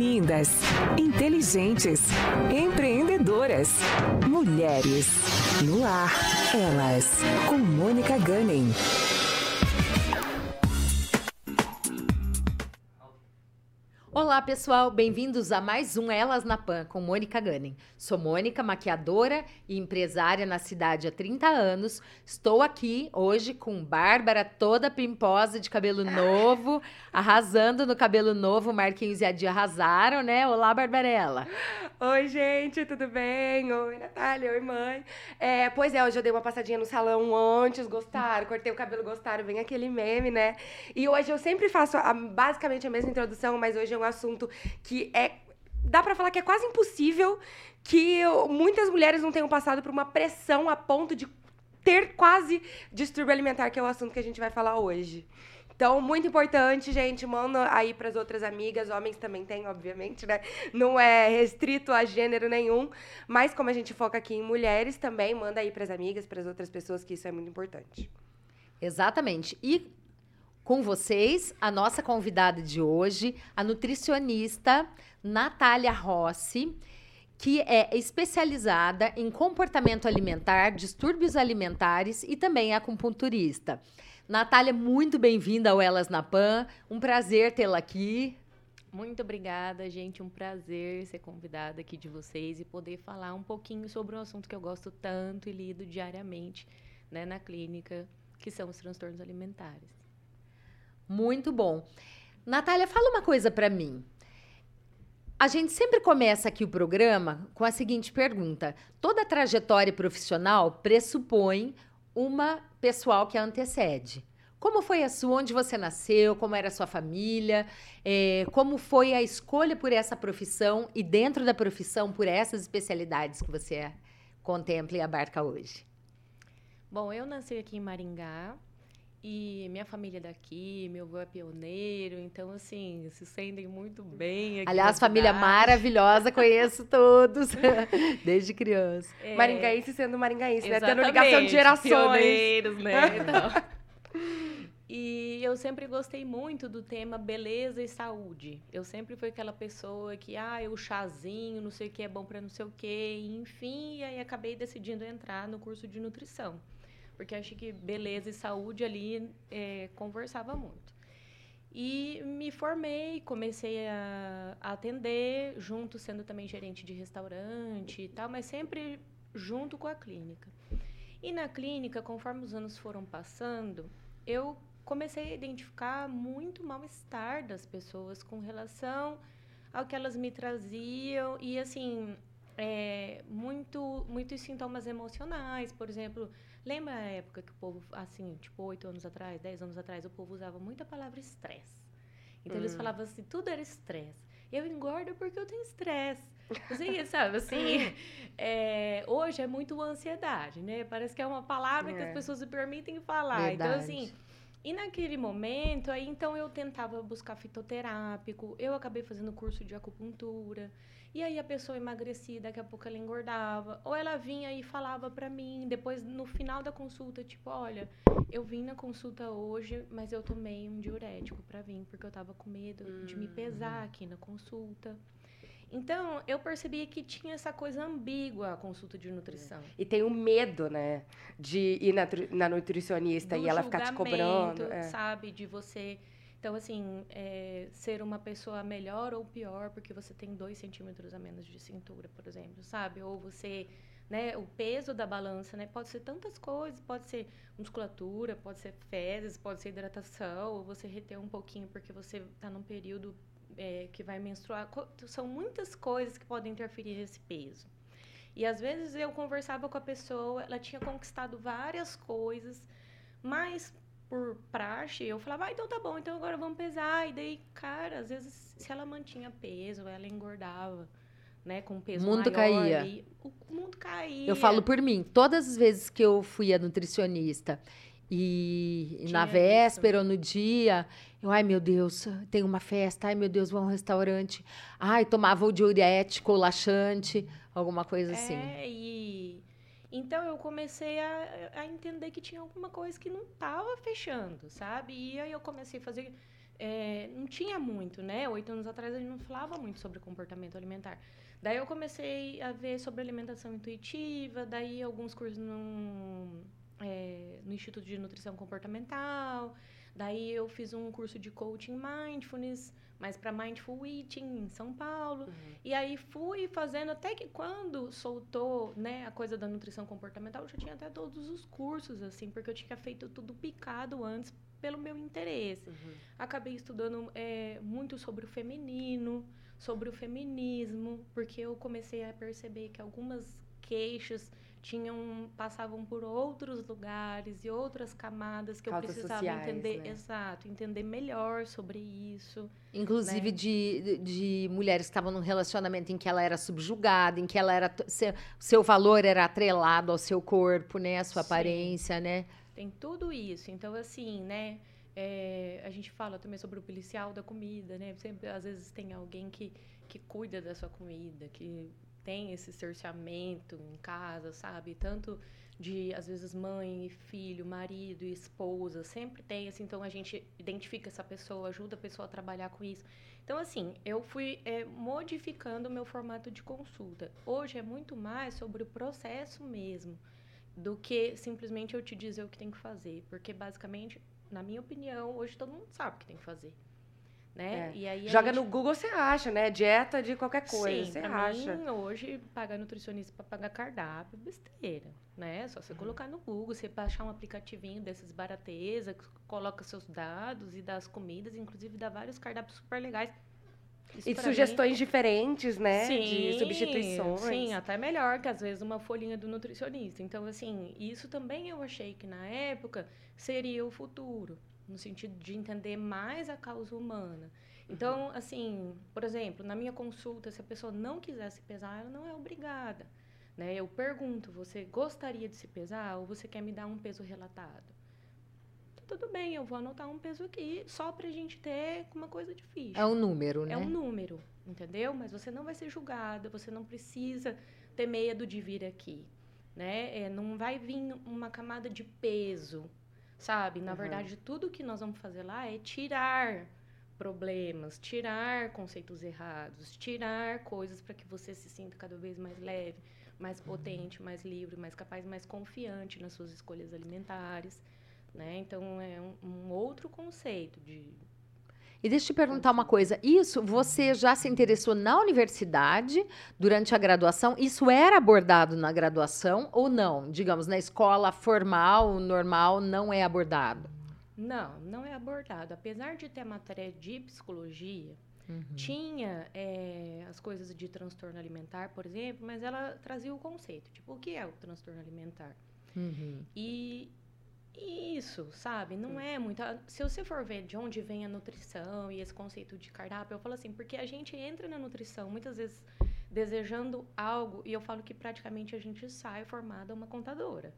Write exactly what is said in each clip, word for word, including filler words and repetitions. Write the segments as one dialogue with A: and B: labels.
A: Lindas, inteligentes, empreendedoras, mulheres. No ar, elas, com Mônica Gunning.
B: Olá, pessoal, bem-vindos a mais um Elas na Pan com Mônica Gunning. Sou Mônica, maquiadora e empresária na cidade há trinta anos. Estou aqui hoje com Bárbara, toda pimposa, de cabelo novo, arrasando no cabelo novo. Marquinhos e a Dia arrasaram, né? Olá, Barbarella.
C: Oi, gente, tudo bem? Oi, Natália, oi, mãe. É, pois é, hoje eu dei uma passadinha no salão antes, gostaram, cortei o cabelo, gostaram, vem aquele meme, né? E hoje eu sempre faço a, basicamente a mesma introdução, mas hoje é um assunto que é... Dá pra falar que é quase impossível que eu, muitas mulheres não tenham passado por uma pressão a ponto de ter quase distúrbio alimentar, que é o assunto que a gente vai falar hoje. Então, muito importante, gente, manda aí pras outras amigas, homens também tem, obviamente, né? Não é restrito a gênero nenhum, mas como a gente foca aqui em mulheres, também manda aí pras amigas, pras outras pessoas, que isso é muito importante.
B: Exatamente. E com vocês, a nossa convidada de hoje, a nutricionista Natália Rossi, que é especializada em comportamento alimentar, distúrbios alimentares e também é acupunturista. Natália, muito bem-vinda ao Elas na Pan. Um prazer tê-la aqui.
D: Muito obrigada, gente. Um prazer ser convidada aqui de vocês e poder falar um pouquinho sobre um assunto que eu gosto tanto e lido diariamente, né, na clínica, que são os transtornos alimentares.
B: Muito bom. Natália, fala uma coisa para mim. A gente sempre começa aqui o programa com a seguinte pergunta. Toda trajetória profissional pressupõe uma pessoal que a antecede. Como foi a sua? Onde você nasceu? Como era a sua família? É, como foi a escolha por essa profissão e dentro da profissão por essas especialidades que você contempla e abarca hoje?
D: Bom, eu nasci aqui em Maringá e minha família é daqui, meu avô é pioneiro, então, assim, se sentem muito bem aqui.
B: Aliás, família maravilhosa, conheço todos, desde criança.
C: É, maringaense sendo maringaense, né? Tendo
D: exatamente,
C: ligação de gerações.
D: Pioneiros, né? Então, e eu sempre gostei muito do tema beleza e saúde. Eu sempre fui aquela pessoa que, ah, o chazinho, não sei o que é bom para não sei o que, enfim, e aí acabei decidindo entrar no curso de nutrição. Porque achei que beleza e saúde ali é, conversava muito. E me formei, comecei a, a atender, junto sendo também gerente de restaurante e tal, mas sempre junto com a clínica. E na clínica, conforme os anos foram passando, eu comecei a identificar muito mal-estar das pessoas com relação ao que elas me traziam e, assim, é, muito, muitos sintomas emocionais, por exemplo. Lembra a época que o povo, assim, tipo, oito anos atrás, dez anos atrás, o povo usava muito a palavra estresse. Então, hum. eles falavam assim, tudo era estresse. Eu engordo porque eu tenho estresse. Assim, sabe, assim, é, hoje é muito ansiedade, né? Parece que é uma palavra é. que as pessoas se permitem falar.
B: Verdade.
D: Então, assim, e naquele momento, aí, então, eu tentava buscar fitoterápico, eu acabei fazendo curso de acupuntura. E aí a pessoa emagrecia, daqui a pouco ela engordava. Ou ela vinha e falava pra mim, depois no final da consulta, tipo, olha, eu vim na consulta hoje, mas eu tomei um diurético pra vir, porque eu tava com medo hum. de me pesar aqui na consulta. Então, eu percebia que tinha essa coisa ambígua a consulta de nutrição.
C: E tem o medo, né, de ir na, na nutricionista
D: Do
C: e ela ficar te cobrando.
D: É. Sabe, de você... Então, assim, é, ser uma pessoa melhor ou pior porque você tem dois centímetros a menos de cintura, por exemplo, sabe? Ou você, né, o peso da balança, né? Pode ser tantas coisas, pode ser musculatura, pode ser fezes, pode ser hidratação, ou você reter um pouquinho porque você está num período é, que vai menstruar. São muitas coisas que podem interferir nesse peso. E, às vezes, eu conversava com a pessoa, ela tinha conquistado várias coisas, mas... por praxe, eu falava, ah, então tá bom, então agora vamos pesar. E daí, cara, às vezes, se ela mantinha peso, ela engordava, né, com peso maior. O mundo caía. Ali, o mundo caía.
B: Eu falo por mim, todas as vezes que eu fui a nutricionista e Tinha na véspera isso. ou no dia, eu, ai, meu Deus, tem uma festa, ai, meu Deus, vou a um restaurante. Ai, tomava o diurético, o laxante, alguma coisa
D: é,
B: assim.
D: É, e... Então, eu comecei a, a entender que tinha alguma coisa que não estava fechando, sabe? E aí eu comecei a fazer é, não tinha muito, né? Oito anos atrás a gente não falava muito sobre comportamento alimentar. Daí eu comecei a ver sobre alimentação intuitiva, daí alguns cursos no, é, no Instituto de Nutrição Comportamental, daí eu fiz um curso de coaching mindfulness, mas para Mindful Eating em São Paulo. Uhum. E aí fui fazendo, até que quando soltou, né, a coisa da nutrição comportamental, eu já tinha até todos os cursos, assim, porque eu tinha feito tudo picado antes pelo meu interesse. Uhum. Acabei estudando é, muito sobre o feminino, sobre o feminismo, porque eu comecei a perceber que algumas queixas tinham, passavam por outros lugares e outras camadas que Faltas eu precisava sociais, entender, né? Exato, entender melhor sobre isso.
B: Inclusive, né? de, de mulheres que estavam num relacionamento em que ela era subjugada, em que ela era seu, seu valor era atrelado ao seu corpo, né? A sua Sim. aparência, né?
D: Tem tudo isso. Então, assim, né? É, a gente fala também sobre o policial da comida, né? Sempre, às vezes, tem alguém que, que cuida da sua comida, que tem esse cerceamento em casa, sabe? Tanto de, às vezes, mãe e filho, marido e esposa, sempre tem, assim, então a gente identifica essa pessoa, ajuda a pessoa a trabalhar com isso. Então, assim, eu fui é, modificando o meu formato de consulta. Hoje é muito mais sobre o processo mesmo, do que simplesmente eu te dizer o que tem que fazer. Porque, basicamente, na minha opinião, hoje todo mundo sabe o que tem que fazer. Né?
C: É.
D: E aí
C: Joga
D: gente...
C: no Google, você acha, né? Dieta de qualquer coisa,
D: Sim,
C: você
D: pra
C: acha.
D: Mim, hoje, pagar nutricionista para pagar cardápio é besteira, né? Só você uhum. colocar no Google, você baixar um aplicativinho desses barateza, coloca seus dados e dá as comidas, inclusive dá vários cardápios super legais.
C: Isso e sugestões mim... diferentes, né?
D: Sim,
C: de substituições.
D: Sim, até melhor que, às vezes, uma folhinha do nutricionista. Então, assim, isso também eu achei que, na época, seria o futuro, no sentido de entender mais a causa humana. Então, assim, por exemplo, na minha consulta, se a pessoa não quiser se pesar, ela não é obrigada, né? Eu pergunto, você gostaria de se pesar ou você quer me dar um peso relatado? Tudo bem, eu vou anotar um peso aqui, só pra gente ter uma coisa de ficha.
B: É um número, né?
D: É um número, entendeu? Mas você não vai ser julgada, você não precisa ter medo de vir aqui, né? É, não vai vir uma camada de peso, sabe? Na uhum. verdade, tudo que nós vamos fazer lá é tirar problemas, tirar conceitos errados, tirar coisas para que você se sinta cada vez mais leve, mais potente, mais livre, mais capaz, mais confiante nas suas escolhas alimentares, né? Então, é um, um outro conceito de...
B: E deixa eu te perguntar uma coisa, isso você já se interessou na universidade, durante a graduação? Isso era abordado na graduação ou não? Digamos, na escola formal, normal, não é abordado?
D: Não, não é abordado. Apesar de ter matéria de psicologia, uhum. tinha é, as coisas de transtorno alimentar, por exemplo, mas ela trazia o conceito, tipo, o que é o transtorno alimentar? Uhum. E isso, sabe, não é muito... Se você for ver de onde vem a nutrição e esse conceito de cardápio, eu falo assim, porque a gente entra na nutrição, muitas vezes, desejando algo, e eu falo que praticamente a gente sai formada uma contadora.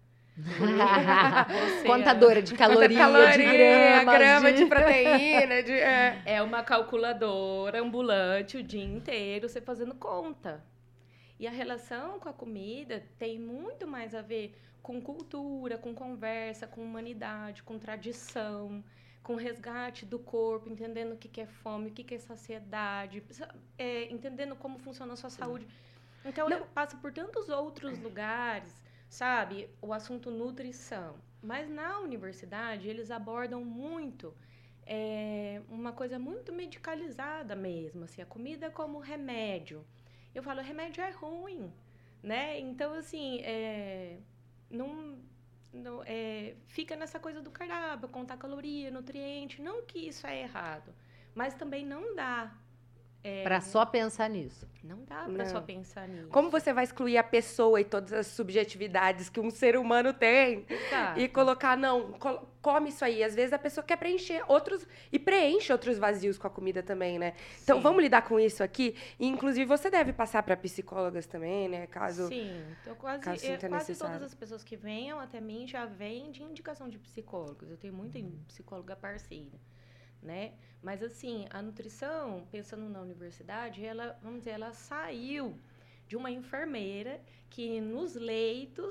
B: Contadora de caloria, caloria de gramas,
C: grama
B: de...
C: de proteína. De, é.
D: é uma calculadora ambulante o dia inteiro, você fazendo conta. E a relação com a comida tem muito mais a ver com cultura, com conversa, com humanidade, com tradição, com resgate do corpo, entendendo o que, que é fome, o que, que é saciedade, é, entendendo como funciona a sua saúde. Então, Não. passa por tantos outros lugares, sabe? O assunto nutrição. Mas na universidade, eles abordam muito é, uma coisa muito medicalizada mesmo, assim, a comida como remédio. Eu falo, remédio é ruim, né? Então, assim, é, não, não, é, fica nessa coisa do cardápio, contar caloria, nutriente. Não que isso é errado, mas também não dá. É,
B: para só pensar nisso.
D: Não dá para só pensar nisso.
C: Como você vai excluir a pessoa e todas as subjetividades que um ser humano tem? Exato. E colocar, não, come isso aí. Às vezes a pessoa quer preencher outros... E preenche outros vazios com a comida também, né? Então, Sim. vamos lidar com isso aqui. E, inclusive, você deve passar para psicólogas também, né? Caso
D: Sim. Então, quase, caso é, quase todas as pessoas que venham até mim já vêm de indicação de psicólogos. Eu tenho muita uhum. psicóloga parceira. Né? Mas, assim, a nutrição, pensando na universidade, ela, vamos dizer, ela saiu de uma enfermeira que, nos leitos,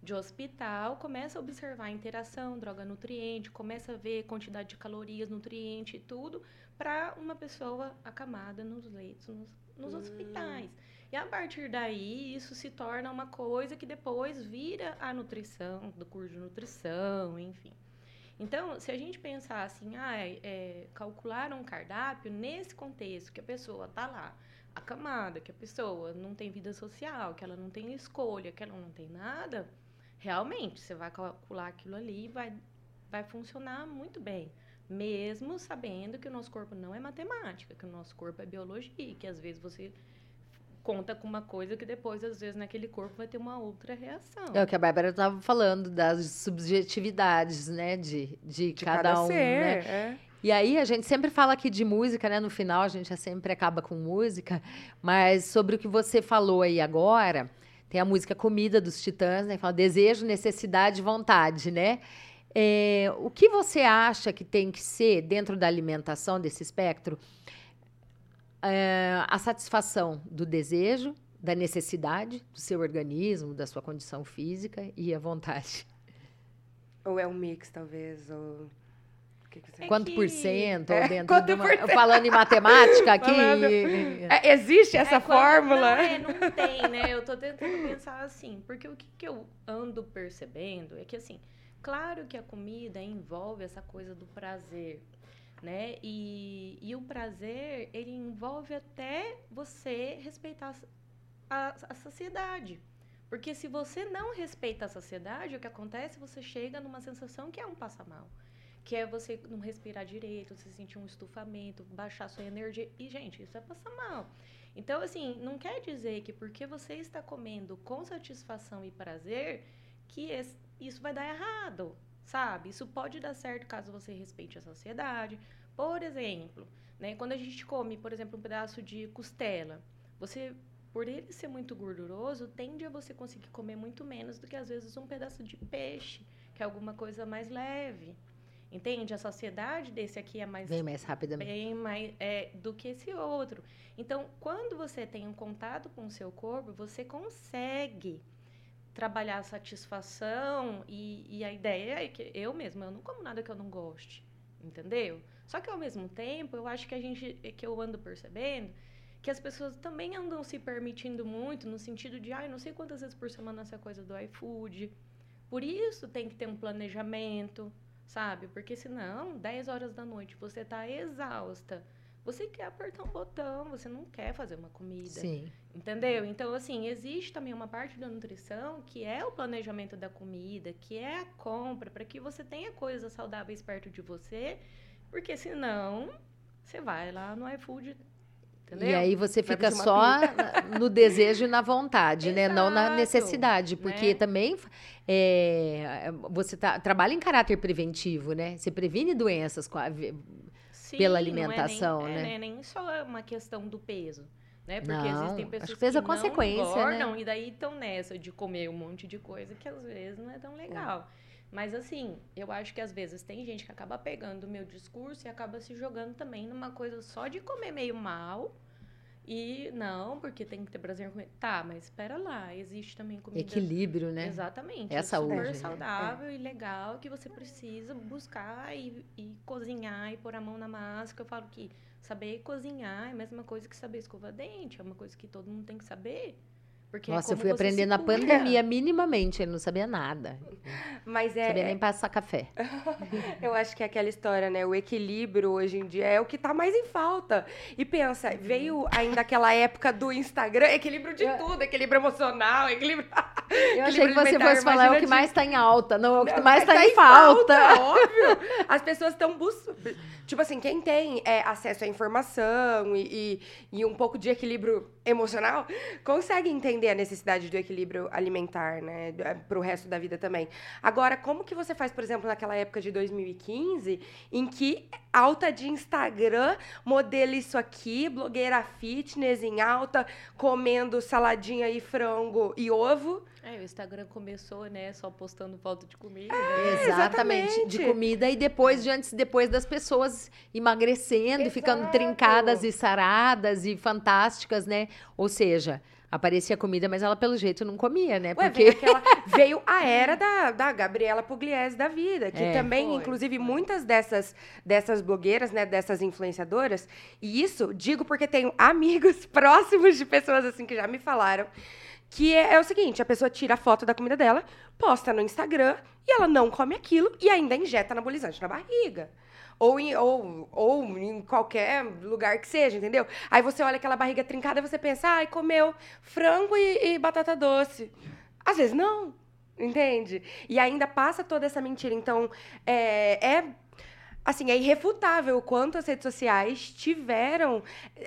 D: de hospital, começa a observar a interação, droga-nutriente, começa a ver quantidade de calorias, nutriente e tudo, para uma pessoa acamada nos leitos, nos, nos hum. hospitais. E a partir daí, isso se torna uma coisa que depois vira a nutrição, do curso de nutrição, enfim. Então, se a gente pensar assim, ah, é, calcular um cardápio nesse contexto, que a pessoa está lá, acamada, que a pessoa não tem vida social, que ela não tem escolha, que ela não tem nada, realmente, você vai calcular aquilo ali e vai, vai funcionar muito bem. Mesmo sabendo que o nosso corpo não é matemática, que o nosso corpo é biologia, que às vezes você conta com uma coisa que depois, às vezes, naquele corpo vai ter uma outra reação.
B: É o que a Bárbara estava falando, das subjetividades, né, de, de, de cada, cada um,
C: ser,
B: né?
C: É.
B: E aí, a gente sempre fala aqui de música, né? No final, a gente sempre acaba com música. Mas sobre o que você falou aí agora, tem a música Comida dos Titãs, né? Que fala desejo, necessidade e vontade, né? É, o que você acha que tem que ser, dentro da alimentação, desse espectro, é, a satisfação do desejo, da necessidade do seu organismo, da sua condição física e a vontade?
C: Ou é um mix, talvez, ou... Que que
B: é quanto que... por cento?
C: É,
B: dentro
C: quanto
B: de uma...
C: por cento?
B: Falando em matemática aqui...
C: Falando... É, existe essa
D: é,
C: fórmula?
D: Não, é, não tem, né? Eu tô tentando pensar assim, porque o que, que eu ando percebendo é que, assim, claro que a comida envolve essa coisa do prazer, né? E, e o prazer, ele envolve até você respeitar a, a saciedade. Porque se você não respeita a saciedade, o que acontece? Você chega numa sensação que é um passa-mal. Que é você não respirar direito, você sentir um estufamento, baixar sua energia. E, gente, isso é passar mal. Então, assim, não quer dizer que porque você está comendo com satisfação e prazer, que esse, isso vai dar errado, sabe? Isso pode dar certo caso você respeite a saciedade. Por exemplo, né, quando a gente come, por exemplo, um pedaço de costela, você, por ele ser muito gorduroso, tende a você conseguir comer muito menos do que, às vezes, um pedaço de peixe, que é alguma coisa mais leve. Entende? A saciedade desse aqui é mais...
B: Bem mais rápida.
D: Bem mais é, do que esse outro. Então, quando você tem um contato com o seu corpo, você consegue trabalhar a satisfação e, e a ideia é que eu mesma, eu não como nada que eu não goste. Entendeu? Só que, ao mesmo tempo, eu acho que a gente, que eu ando percebendo que as pessoas também andam se permitindo muito no sentido de, ai, ah, não sei quantas vezes por semana essa coisa do iFood. Por isso, tem que ter um planejamento, sabe? Porque senão, dez horas da noite, você tá exausta. Você quer apertar um botão, você não quer fazer uma comida.
B: Sim.
D: Entendeu? Então, assim, existe também uma parte da nutrição que é o planejamento da comida, que é a compra, para que você tenha coisas saudáveis perto de você, porque senão, você vai lá no iFood, entendeu?
B: E aí você fica só no desejo e na vontade, né? Não na necessidade, porque
D: né?
B: também é, você tá, trabalha em caráter preventivo, né? Você previne doenças com a,
D: Sim,
B: pela alimentação,
D: não é nem,
B: né?
D: É, não é nem só uma questão do peso, né? Porque
B: não,
D: existem pessoas
B: acho que fez
D: que
B: a consequência,
D: não engordam,
B: né?
D: E daí estão nessa de comer um monte de coisa que às vezes não é tão legal. É. Mas, assim, eu acho que às vezes tem gente que acaba pegando o meu discurso e acaba se jogando também numa coisa só de comer meio mal. E não, porque tem que ter prazer em comer. Tá, mas espera lá, existe também comida...
B: Equilíbrio, né?
D: Exatamente.
B: É a saúde.
D: Super saudável é. e legal, que você precisa buscar e, e cozinhar e pôr a mão na massa. Que eu falo que saber cozinhar é a mesma coisa que saber escovar dente. É uma coisa que todo mundo tem que saber. Porque
B: Nossa,
D: é
B: eu fui aprender na pandemia minimamente, eu não sabia nada.
C: Mas é,
B: não sabia
C: é...
B: nem passar café.
C: Eu acho que é aquela história, né? O equilíbrio hoje em dia é o que tá mais em falta. E pensa, veio ainda aquela época do Instagram, equilíbrio de tudo, equilíbrio emocional, equilíbrio...
B: Eu achei que você fosse falar é o que mais está em alta, não é o que
C: não,
B: mais está
C: tá
B: em, em falta.
C: falta. Óbvio. As pessoas estão buscando... Tipo assim, quem tem é, acesso à informação e, e, e um pouco de equilíbrio emocional, consegue entender a necessidade do equilíbrio alimentar, né? Pro resto da vida também. Agora, como que você faz, por exemplo, naquela época de dois mil e quinze, em que alta de Instagram, modelo isso aqui, blogueira fitness em alta, comendo saladinha e frango e ovo...
D: É, o Instagram começou, né, só postando foto de comida.
B: É,
D: né?
B: exatamente,
C: exatamente,
B: de comida e depois, de antes, depois das pessoas emagrecendo,
C: Exato.
B: e ficando trincadas e saradas e fantásticas, né? Ou seja, Aparecia comida, mas ela, pelo jeito, não comia, né?
C: Ué,
B: Porque...
C: veio, aquela, veio a era da, da Gabriela Pugliese da vida, que
B: É.
C: também,
D: Foi,
C: inclusive,
D: foi.
C: muitas dessas, dessas blogueiras, né, dessas influenciadoras, e isso, digo porque tenho amigos próximos de pessoas, assim, que já me falaram, que é, é o seguinte, a pessoa tira a foto da comida dela, posta no Instagram, e ela não come aquilo, e ainda injeta anabolizante na barriga. Ou em, ou, ou em qualquer lugar que seja, entendeu? Aí você olha aquela barriga trincada e você pensa, ai, comeu frango e, e batata doce. Às vezes não, entende? E ainda passa toda essa mentira. Então, é, é assim, é irrefutável o quanto as redes sociais tiveram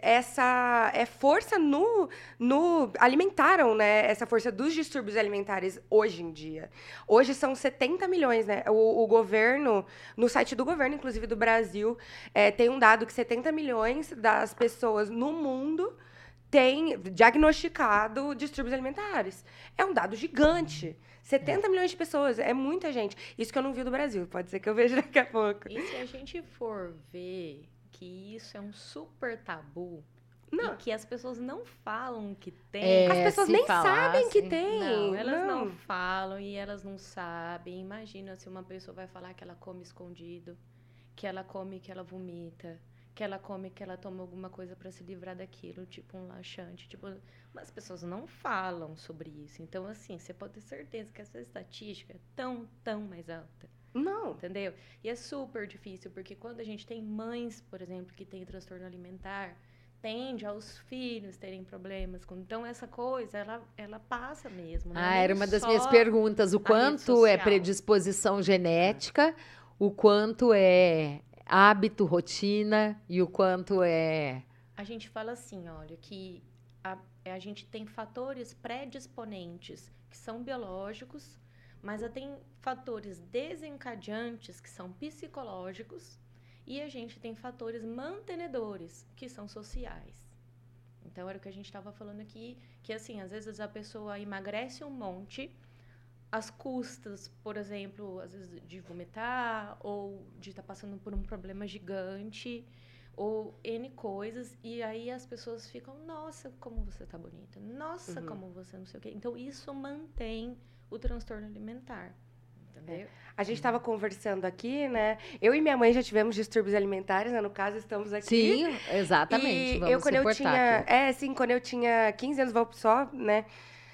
C: essa é, força no, no... alimentaram, né? Essa força dos distúrbios alimentares hoje em dia. Hoje são setenta milhões, né? O, o governo, no site do governo, inclusive do Brasil, é, tem um dado que setenta milhões das pessoas no mundo têm diagnosticado distúrbios alimentares. É um dado gigante. setenta milhões de pessoas, é muita gente. Isso que eu não vi do Brasil, pode ser que eu veja daqui a pouco.
D: E se a gente for ver que isso é um super tabu,
C: Não.
D: e que as pessoas não falam que tem...
B: É,
C: As pessoas
B: se
C: nem
B: falassem,
C: sabem que tem.
D: Não, elas não. falam e elas não sabem. Imagina se uma pessoa vai falar que ela come escondido, que ela come que ela vomita, que ela come que ela toma alguma coisa para se livrar daquilo, tipo um laxante, tipo, mas as pessoas não falam sobre isso. Então, assim, você pode ter certeza que essa estatística é tão, tão mais alta.
C: Não.
D: Entendeu? E é super difícil, porque quando a gente tem mães, por exemplo, que têm transtorno alimentar, tende aos filhos terem problemas. com- Então, essa coisa, ela, ela passa mesmo. Não é
B: Ah,
D: nem
B: era uma das
D: só
B: minhas perguntas. O
D: a rede
B: quanto é
D: social.
B: predisposição genética, o quanto é hábito, rotina e o quanto é...
D: A gente fala assim, olha, que a, a gente tem fatores predisponentes que são biológicos, mas a- tem fatores desencadeantes que são psicológicos e a gente tem fatores mantenedores que são sociais. Então, era o que a gente estava falando aqui, que assim, às vezes a pessoa emagrece um monte, às custas, por exemplo, às vezes de vomitar ou de estar passando por um problema gigante ou N coisas, e aí as pessoas ficam, nossa, como você tá bonita, nossa,
C: Uhum.
D: como você não sei o quê. Então, isso mantém o transtorno alimentar, entendeu?
C: A gente estava conversando aqui, né? Eu e minha mãe já tivemos distúrbios alimentares, né? No caso, estamos aqui.
B: Sim, exatamente.
C: E
B: Vamos
C: eu, quando eu
B: reportar
C: tinha.
B: aqui.
C: É, sim, quando eu tinha quinze anos, vou só, né?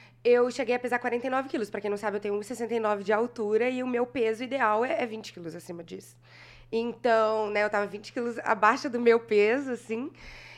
C: Eu cheguei a pesar quarenta e nove quilos. Pra quem não sabe, eu tenho um e sessenta e nove de altura e o meu peso ideal é, é vinte quilos acima disso. Então, né, eu tava vinte quilos abaixo do meu peso, assim.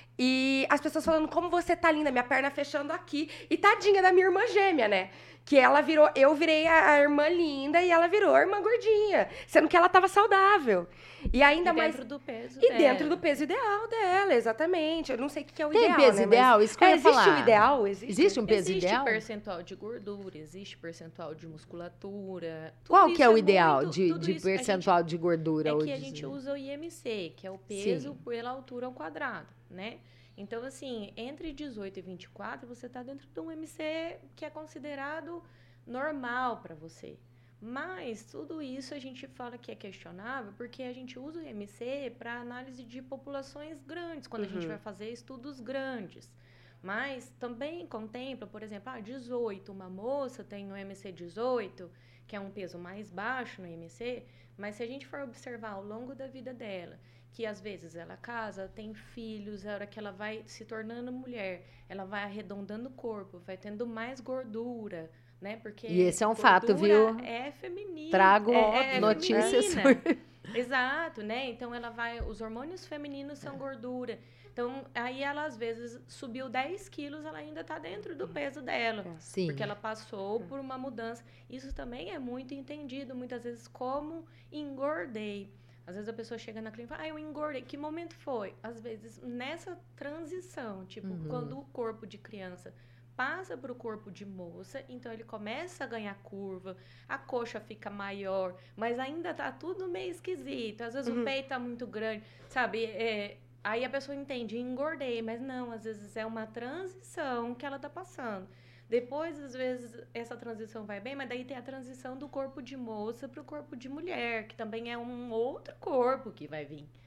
C: E as pessoas falando, como você tá linda, minha perna fechando aqui. E tadinha da minha irmã gêmea, né? Que ela virou, eu virei a, a irmã linda e ela virou a irmã gordinha. Sendo que ela tava saudável. E ainda
D: E
C: mais.
D: dentro do peso
C: E
D: dela.
C: dentro do peso ideal dela, exatamente. Eu não sei o que que é o
B: Tem
C: ideal,
B: peso
C: né?
B: ideal?
C: Mas...
B: Isso que eu
C: É,
B: ia
C: existe
B: falar.
C: o ideal? Existe.
B: Existe um peso
D: existe
B: ideal?
D: percentual de gordura, existe percentual de musculatura. tudo
B: Qual que
D: isso
B: é o ideal
D: muito-
B: de,
D: tudo
B: de
D: isso a gente-
B: percentual de gordura?
D: É
B: ou
D: que a
B: de-
D: gente usa o I M C, que é o peso
B: Sim.
D: pela altura ao quadrado, né? Então, assim, entre dezoito e vinte e quatro, você está dentro de um I M C que é considerado normal para você. Mas tudo isso a gente fala que é questionável porque a gente usa o I M C para análise de populações grandes, quando a gente
C: Uhum.
D: vai fazer estudos grandes. Mas também contempla, por exemplo, ah, dezoito, uma moça tem o I M C dezoito, que é um peso mais baixo no I M C, mas se a gente for observar ao longo da vida dela, que às vezes ela casa, tem filhos, a hora que ela vai se tornando mulher, ela vai arredondando o corpo, vai tendo mais gordura, né? Porque
B: E esse é um fato,
D: gordura
B: viu?
D: É feminino.
B: Trago
D: é, é
B: notícias
D: feminina. Exato, né? Então ela vai, os hormônios femininos são gordura. Então, aí ela às vezes subiu dez quilos, ela ainda está dentro do peso dela.
B: Sim.
D: Porque ela passou por uma mudança. Isso também é muito entendido, muitas vezes, como engordei. Às vezes a pessoa chega na clínica e fala, ah, eu engordei. Que momento foi? Às vezes, nessa transição, tipo,
B: Uhum.
D: quando o corpo de criança passa para o corpo de moça, então ele começa a ganhar curva, a coxa fica maior, mas ainda tá tudo meio esquisito. Às vezes
C: Uhum.
D: o peito tá muito grande, sabe? É, aí a pessoa entende, engordei, mas não, às vezes é uma transição que ela tá passando. Depois, às vezes, essa transição vai bem, mas daí tem a transição do corpo de moça para o corpo de mulher, que também é um outro corpo que vai vir.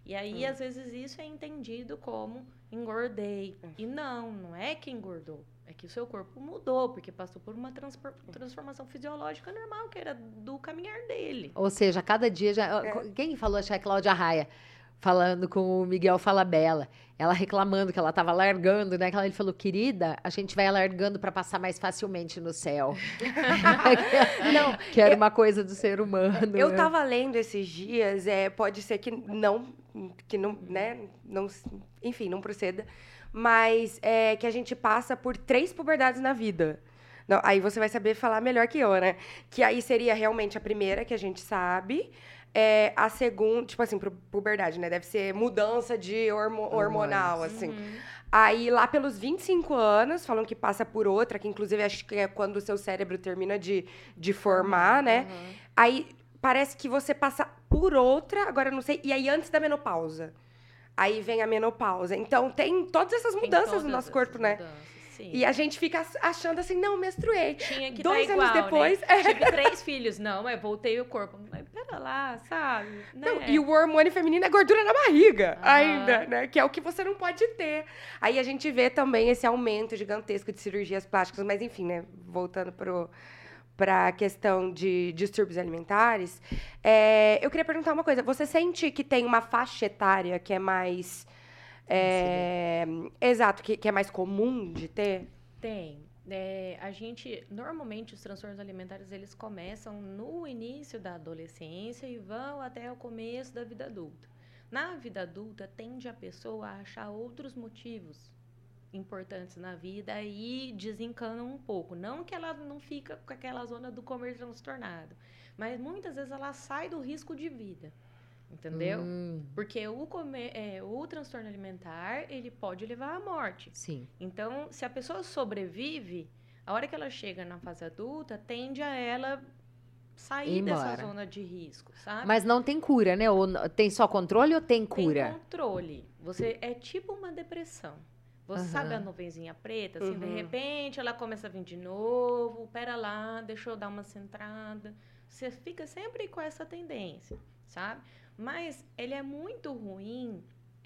D: E aí, hum. às vezes, isso é entendido como engordei. É. E não, não é que engordou. É que o seu corpo mudou, porque passou por uma transformação fisiológica normal, que era do caminhar dele.
B: Ou seja, cada dia já... É. Quem falou? Acho que é a Cláudia Raia, falando com o Miguel Falabella. Ela reclamando que ela estava largando, né? Ele falou, querida, a gente vai largando para passar mais facilmente no céu. Não, que era eu, uma coisa do ser humano.
C: Eu estava lendo esses dias, é, pode ser que não, que não, né? Não, enfim, não proceda. Mas é que a gente passa por três puberdades na vida. Não, aí você vai saber falar melhor que eu, né? Que aí seria realmente a primeira, que a gente sabe. É, a segunda, tipo assim, puberdade, né? Deve ser mudança de hormo, hormonal, assim. Uhum. Aí, lá pelos vinte e cinco anos, falam que passa por outra, que inclusive acho que é quando o seu cérebro termina de, de formar, uhum. né? Uhum. Aí, parece que você passa por outra, agora eu não sei, e aí antes da menopausa. Aí vem a menopausa. Então, tem todas essas mudanças todas no nosso corpo, né? Mudanças, sim. E a gente fica achando assim, não, menstruei.
D: Tinha que
C: Dois
D: tá
C: anos
D: igual,
C: depois...
D: Né? É. Tive três filhos. Não, mas voltei o corpo. Mas pera lá, sabe? Né?
C: Não, e o hormônio feminino é gordura na barriga, uhum. ainda, né? Que é o que você não pode ter. Aí a gente vê também esse aumento gigantesco de cirurgias plásticas. Mas, enfim, né? Voltando pro... para a questão de distúrbios alimentares, é, eu queria perguntar uma coisa. Você sente que tem uma faixa etária que é mais... É, exato, que, que é mais comum de ter?
D: Tem. É, a gente, normalmente, os transtornos alimentares, eles começam no início da adolescência e vão até o começo da vida adulta. Na vida adulta, tende a pessoa a achar outros motivos importantes na vida e desencanam um pouco. Não que ela não fica com aquela zona do comer transtornado, mas muitas vezes ela sai do risco de vida, entendeu? Hum. Porque o, comer, é, o transtorno alimentar, ele pode levar à morte.
B: Sim.
D: Então, se a pessoa sobrevive, a hora que ela chega na fase adulta, tende a ela sair dessa zona de risco, sabe?
B: Mas não tem cura, né? Ou tem só controle ou tem cura?
D: Tem controle. Você é tipo uma depressão. Você uhum. sabe a nuvenzinha preta? Assim, uhum. de repente, ela começa a vir de novo. Pera lá, deixa eu dar uma centrada. Você fica sempre com essa tendência, sabe? Mas ele é muito ruim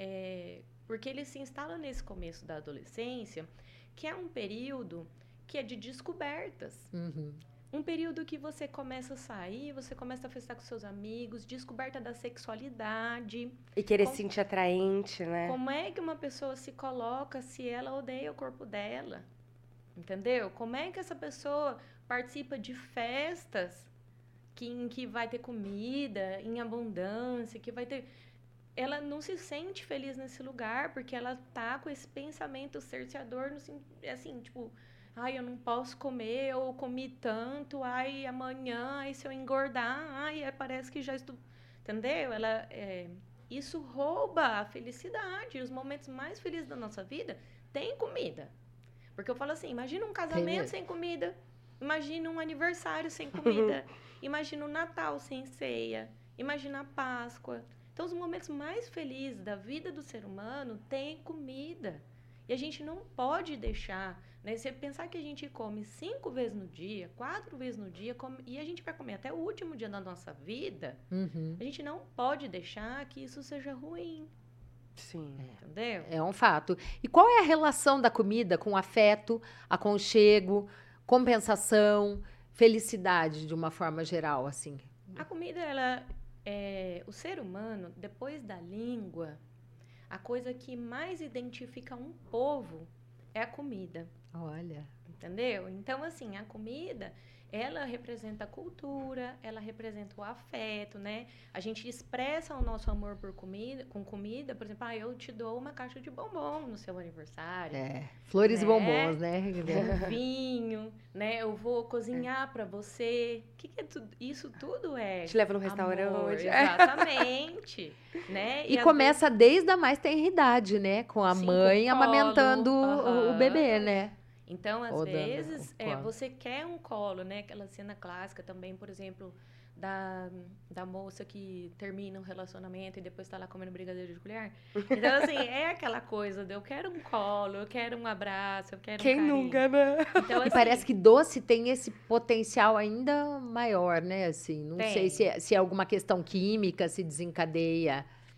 D: é, porque ele se instala nesse começo da adolescência, que é um período que é de descobertas.
B: Uhum.
D: Um período que você começa a sair, você começa a festar com seus amigos, descoberta da sexualidade.
C: E querer se sentir atraente, né?
D: Como é que uma pessoa se coloca se ela odeia o corpo dela? Entendeu? Como é que essa pessoa participa de festas que, em que vai ter comida em abundância, que vai ter... Ela não se sente feliz nesse lugar porque ela tá com esse pensamento cerceador, no, assim, tipo... Ai, eu não posso comer, eu comi tanto, ai, amanhã, ai, se eu engordar, ai, parece que já estou... Entendeu? Ela, é, isso rouba a felicidade. Os momentos mais felizes da nossa vida tem comida. Porque eu falo assim, imagina um casamento sem comida, imagina um aniversário sem comida, imagina o Natal sem ceia, imagina a Páscoa. Então, os momentos mais felizes da vida do ser humano tem comida. E a gente não pode deixar... Né? Você pensar que a gente come cinco vezes no dia, quatro vezes no dia, come, e a gente vai comer até o último dia da nossa vida,
B: uhum.
D: a gente não pode deixar que isso seja ruim.
C: Sim.
D: Entendeu?
B: É um fato. E qual é a relação da comida com afeto, aconchego, compensação, felicidade, de uma forma geral, assim?
D: A comida, ela... É, o ser humano, depois da língua, a coisa que mais identifica um povo é a comida.
B: Olha.
D: Entendeu? Então, assim, a comida, ela representa a cultura, ela representa o afeto, né? A gente expressa o nosso amor por comida, com comida. Por exemplo, ah, eu te dou uma caixa de bombom no seu aniversário.
B: É, flores né? e bombons, né?
D: Um vinho, né? Eu vou cozinhar é. para você. O que, que é tudo? Isso tudo é
C: te leva no
D: amor,
C: restaurante.
D: Exatamente. né?
B: E, e começa vezes... desde a mais tenra idade, né? Com a Sim, mãe com amamentando uhum. o bebê, né?
D: Então, às
B: Ou
D: vezes, é, você quer um colo, né? Aquela cena clássica também, por exemplo, da, da moça que termina um relacionamento e depois tá lá comendo brigadeiro de colher. Então, assim, é aquela coisa de eu quero um colo, eu quero um abraço, eu quero
C: Quem
D: um carinho.
C: nunca, né?
D: Então, assim,
B: e parece que doce tem esse potencial ainda maior, né? Assim, não
D: tem.
B: sei se é, se é alguma questão química, se desencadeia.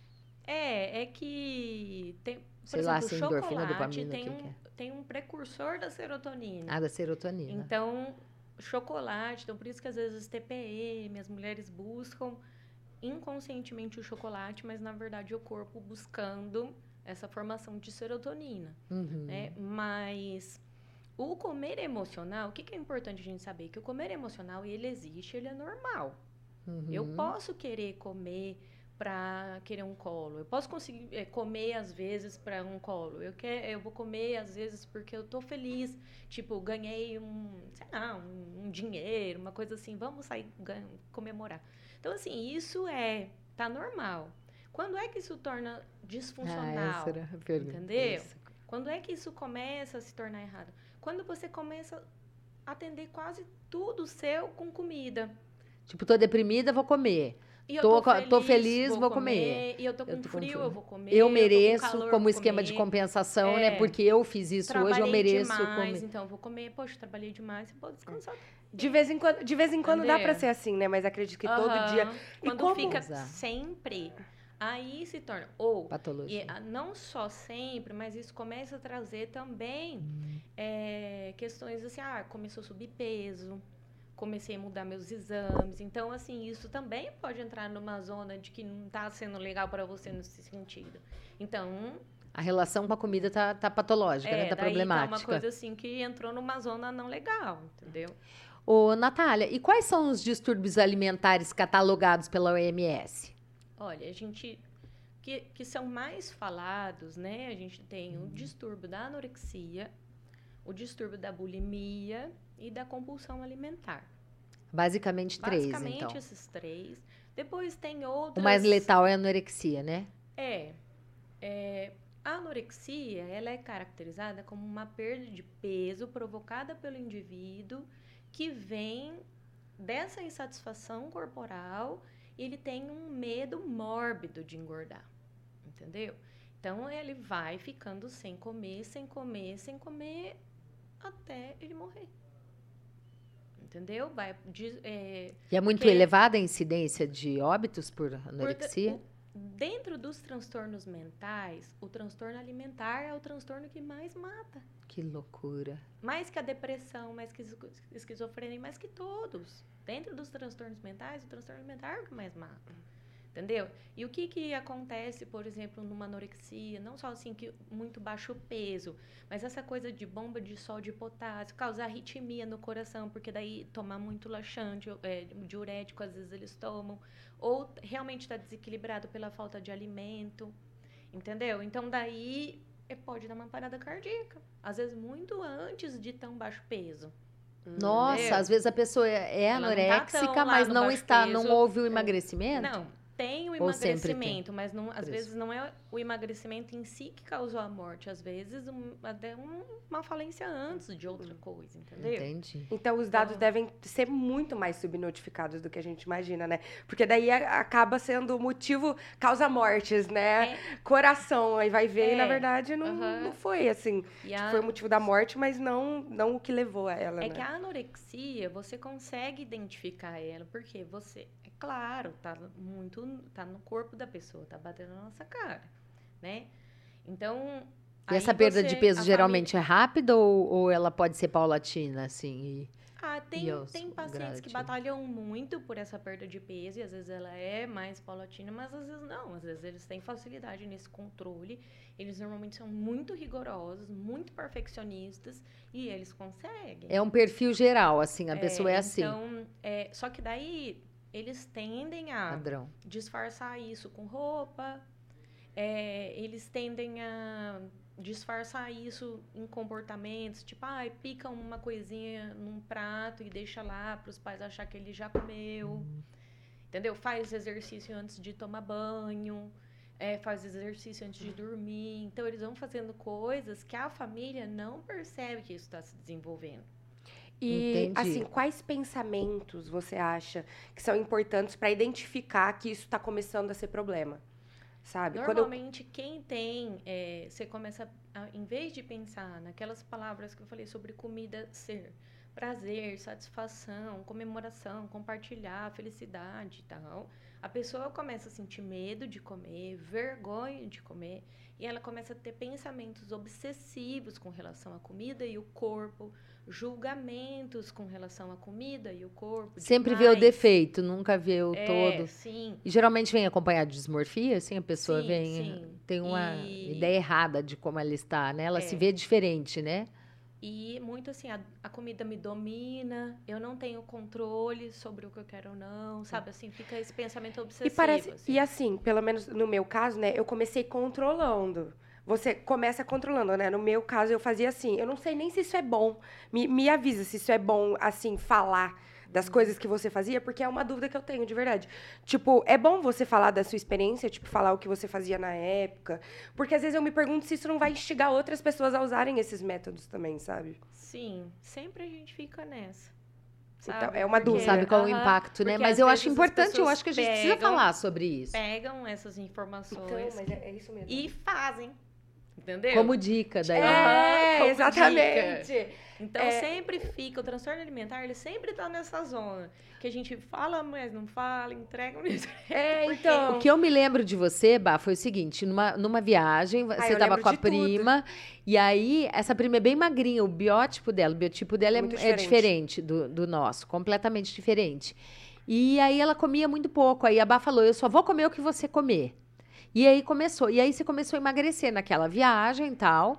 D: É, é que tem, por
B: Sei
D: exemplo,
B: lá,
D: o
B: se endorfina,
D: chocolate
B: dopamina,
D: tem
B: o que
D: um,
B: que é?
D: tem um precursor da serotonina.
B: Ah, da serotonina.
D: Então, chocolate, então por isso que às vezes T P M, as mulheres buscam inconscientemente o chocolate, mas na verdade o corpo buscando essa formação de serotonina,
B: Uhum.
D: né? Mas o comer emocional, o que, que é importante a gente saber? Que o comer emocional, ele existe, ele é normal.
B: Uhum.
D: Eu posso querer comer para querer um colo. Eu posso conseguir é, comer às vezes para um colo. Eu quer, eu vou comer às vezes porque eu tô feliz. Tipo, ganhei um, sei lá, um, um dinheiro, uma coisa assim. Vamos sair ganha, comemorar. Então assim, isso é tá normal. Quando é que isso torna disfuncional?
B: Ah, essa era a pergunta.
D: Entendeu?
B: Isso.
D: Quando é que isso começa a se tornar errado? Quando você começa a atender quase tudo seu com comida.
B: Tipo, tô deprimida, vou comer.
D: E eu
B: Tô,
D: tô,
B: co-
D: feliz,
B: tô feliz, vou,
D: vou
B: comer.
D: comer. E eu tô com
B: Eu tô com
D: frio,
B: frio.
D: eu vou comer.
B: Eu
D: tô com
B: mereço,
D: calor,
B: como
D: vou
B: esquema de
D: comer.
B: compensação,
D: É.
B: né? Porque eu fiz isso, hoje eu
D: Trabalhei
B: mereço
D: demais,
B: comer.
D: então eu vou comer. Poxa, trabalhei demais, você pode descansar.
C: De vez em quando, de vez em quando dá
D: Entendeu?
C: pra ser assim, né? Mas acredito que todo
D: Aham.
C: dia. E
D: Quando
C: como-
D: fica
B: Exato.
D: sempre, aí se torna. Ou,
B: Patologia.
D: e, ah, não só sempre, mas isso começa a trazer também
B: Hum.
D: é, questões assim, ah, começou a subir peso, comecei a mudar meus exames. Então, assim, isso também pode entrar numa zona de que não tá sendo legal para você nesse sentido. Então,
B: A relação com a comida tá, tá patológica,
D: é,
B: né? Tá
D: daí
B: problemática.
D: tá uma coisa assim que entrou numa zona não legal, entendeu?
B: Ô, Natália, e quais são os distúrbios alimentares catalogados pela O M S?
D: Olha, a gente que, que são mais falados, né? A gente tem o distúrbio da anorexia, o distúrbio da bulimia e da compulsão alimentar.
B: Basicamente três,
D: Basicamente
B: então.
D: esses três. Depois tem outras.
B: O mais letal é a anorexia, né?
D: É, é, a anorexia, ela é caracterizada como uma perda de peso provocada pelo indivíduo que vem dessa insatisfação corporal e ele tem um medo mórbido de engordar, entendeu? Então, ele vai ficando sem comer, sem comer, sem comer, até ele morrer. Entendeu? Vai, de, é,
B: E é muito
D: Porque-
B: elevada a incidência de óbitos por
D: Por-
B: anorexia?
D: o- dentro dos transtornos mentais, o transtorno alimentar é o transtorno que mais mata.
B: Que loucura.
D: Mais que a depressão, mais que esqui- esquizofrenia, mais que todos. Dentro dos transtornos mentais, o transtorno alimentar é o que mais mata. Entendeu? E o que que acontece, por exemplo, numa anorexia? Não só assim que muito baixo peso, mas essa coisa de bomba de sódio e potássio, causar arritmia no coração, porque daí tomar muito laxante, é, diurético, às vezes eles tomam, ou realmente está desequilibrado pela falta de alimento, entendeu? Então daí é, pode dar uma parada cardíaca, às vezes muito antes de tão baixo peso.
B: Nossa,
D: Entendeu?
B: às vezes a pessoa é
D: Ela não tá
B: anoréxica,
D: tão lá
B: mas
D: no
B: não
D: baixo
B: está,
D: peso.
B: não houve o emagrecimento?
D: Não, tem o
B: Ou sempre
D: emagrecimento, mas não, às
B: Por isso.
D: vezes não é o emagrecimento em si que causou a morte. Às vezes, um, até um- uma falência antes de outra coisa, entendeu?
B: Entendi.
C: Então, os dados
D: Então-
C: devem ser muito mais subnotificados do que a gente imagina, né? Porque daí a- acaba sendo o motivo, causa mortes, né? Coração, aí vai ver e, na
D: É.
C: verdade, não,
D: Aham.
C: não foi assim.
D: E a-
C: Foi o motivo da morte, mas não, não o que levou a ela,
D: É
C: né?
D: que a anorexia, você consegue identificar ela, porque você, é claro, tá muito, tá no corpo da pessoa, tá batendo na nossa cara, né? Então,
B: E
D: aí
B: essa perda
D: você-
B: de peso
D: a
B: geralmente é rápida ou, ou ela pode ser paulatina, assim? e-
D: Ah, tem,
B: E aos
D: tem pacientes que
B: gradativos?
D: batalham muito por essa perda de peso, e às vezes ela é mais paulatina, mas às vezes não. Às vezes eles têm facilidade nesse controle, eles normalmente são muito rigorosos, muito perfeccionistas, e eles conseguem.
B: É um perfil geral, assim, a pessoa é assim,
D: Então, é, só que daí eles tendem a
B: padrão.
D: disfarçar isso com roupa, é, eles tendem a disfarçar isso em comportamentos, tipo, ai, pica uma coisinha num prato e deixa lá para os pais achar que ele já comeu, entendeu? Faz exercício antes de tomar banho, é, faz exercício antes de dormir. Então, eles vão fazendo coisas que a família não percebe que isso está se desenvolvendo.
C: E,
B: Entendi.
C: assim, quais pensamentos você acha que são importantes para identificar que isso está começando a ser problema? Sabe? Quando eu-
D: Normalmente, quem tem, é, você começa, a, em vez de pensar naquelas palavras que eu falei sobre comida ser, prazer, satisfação, comemoração, compartilhar, felicidade e tal, a pessoa começa a sentir medo de comer, vergonha de comer, e ela começa a ter pensamentos obsessivos com relação à comida e o corpo, julgamentos com relação à comida e o corpo.
B: Sempre
D: demais.
B: vê o defeito, nunca vê o
D: É,
B: todo.
D: sim.
B: E geralmente vem acompanhado de dismorfia, assim, a pessoa
D: Sim,
B: vem,
D: sim.
B: tem uma
D: E-
B: ideia errada de como ela está, né? Ela
D: É.
B: se vê diferente, né?
D: E muito assim, a, a comida me domina, eu não tenho controle sobre o que eu quero ou não, sabe? Assim, fica esse pensamento obsessivo.
C: E parece,
D: assim.
C: e assim, pelo menos no meu caso, né, eu comecei controlando. Você começa controlando, né? No meu caso, eu fazia assim. Eu não sei nem se isso é bom. Me, me avisa se isso é bom, assim, falar das coisas que você fazia, porque é uma dúvida que eu tenho, de verdade. Tipo, é bom você falar da sua experiência, tipo, falar o que você fazia na época. Porque às vezes eu me pergunto se isso não vai instigar outras pessoas a usarem esses métodos também, sabe?
D: Sim, sempre a gente fica nessa.
C: Então,
D: sabe?
C: é uma
D: Porque-
B: Não
C: dúvida.
B: sabe qual o
D: Aham,
B: impacto, né?
D: porque
B: Mas
D: às
B: eu
D: vezes
B: acho
D: as
B: importante, eu
D: pessoas
B: acho que a gente precisa
D: pegam-
B: falar sobre isso.
D: Pegam essas informações
C: Então, mas é, é isso mesmo.
D: e fazem, entendeu?
B: Como dica daí. né?
C: É,
D: como
C: exatamente.
D: Então,
C: É.
D: sempre fica, o transtorno alimentar, ele sempre tá nessa zona. Que a gente fala, mas não fala, entrega, mas não entrega.
C: É, então.
B: O que eu me lembro de você, Bah, foi o seguinte, numa, numa viagem, você
C: eu
B: estava
C: lembro
B: com a
C: de tudo.
B: prima, e aí, essa prima é bem magrinha, o biótipo dela, o biotipo dela é,
C: Muito
B: é
C: diferente.
B: diferente do, do nosso, completamente diferente. E aí, ela comia muito pouco, aí a Bah falou, eu só vou comer o que você comer. E aí, começou, e aí você começou a emagrecer naquela viagem e tal,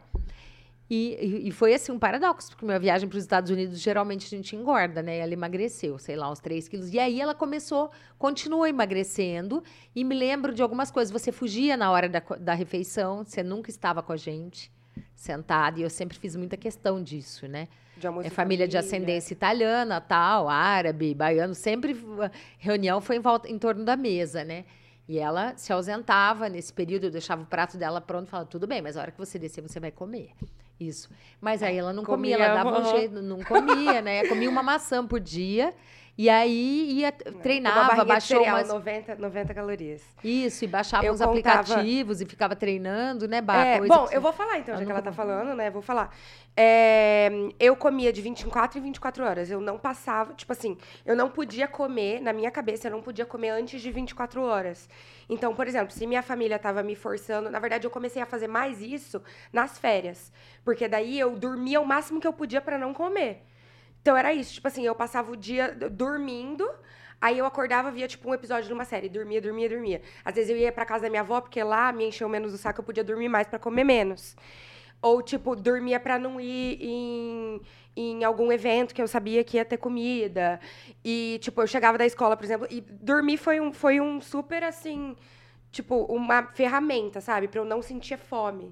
B: e, e, e foi assim, um paradoxo, porque minha viagem para os Estados Unidos, geralmente a gente engorda, né? E ela emagreceu, sei lá, uns três quilos. E aí ela começou, continuou emagrecendo. E me lembro de algumas coisas. Você fugia na hora da, co- da refeição, você nunca estava com a gente, sentada. E eu sempre fiz muita questão disso, né?
C: De almoço
B: É
C: em
B: família de ascendência italiana, tal, árabe, baiano. Sempre uh, reunião foi em, volta, em torno da mesa, né? E ela se ausentava nesse período, eu deixava o prato dela pronto e falava, tudo bem, mas a hora que você descer, você vai comer. Isso. Mas aí ela não comia, ela dava um
C: Comia,
B: jeito, não comia, né? Comia uma maçã por dia. E aí ia,
C: Uma
B: treinava,
C: barrinha de
B: baixou
C: cereal,
B: umas...
C: noventa, noventa calorias.
B: Isso, e baixava
C: Eu
B: uns
C: contava-
B: aplicativos e ficava treinando, né, Bah?
C: É,
B: Coisa
C: bom,
B: que você-
C: eu vou falar então,
B: Eu
C: já que
B: nunca
C: ela tá
B: vou-
C: falando, né? Vou falar. É, eu comia de vinte e quatro em vinte e quatro horas. Eu não passava, tipo assim, eu não podia comer, na minha cabeça, eu não podia comer antes de vinte e quatro horas. Então, por exemplo, se minha família tava me forçando, na verdade, eu comecei a fazer mais isso nas férias. Porque daí eu dormia o máximo que eu podia pra não comer. Então era isso, tipo assim, eu passava o dia d- dormindo, aí eu acordava, via tipo um episódio de uma série, dormia, dormia, dormia. Às vezes eu ia pra casa da minha avó, porque lá me encheu menos o saco, eu podia dormir mais pra comer menos. Ou, tipo, dormia pra não ir em, em algum evento que eu sabia que ia ter comida. E, tipo, eu chegava da escola, por exemplo, e dormir foi um, foi um super, assim, tipo, uma ferramenta, sabe? Pra eu não sentir fome.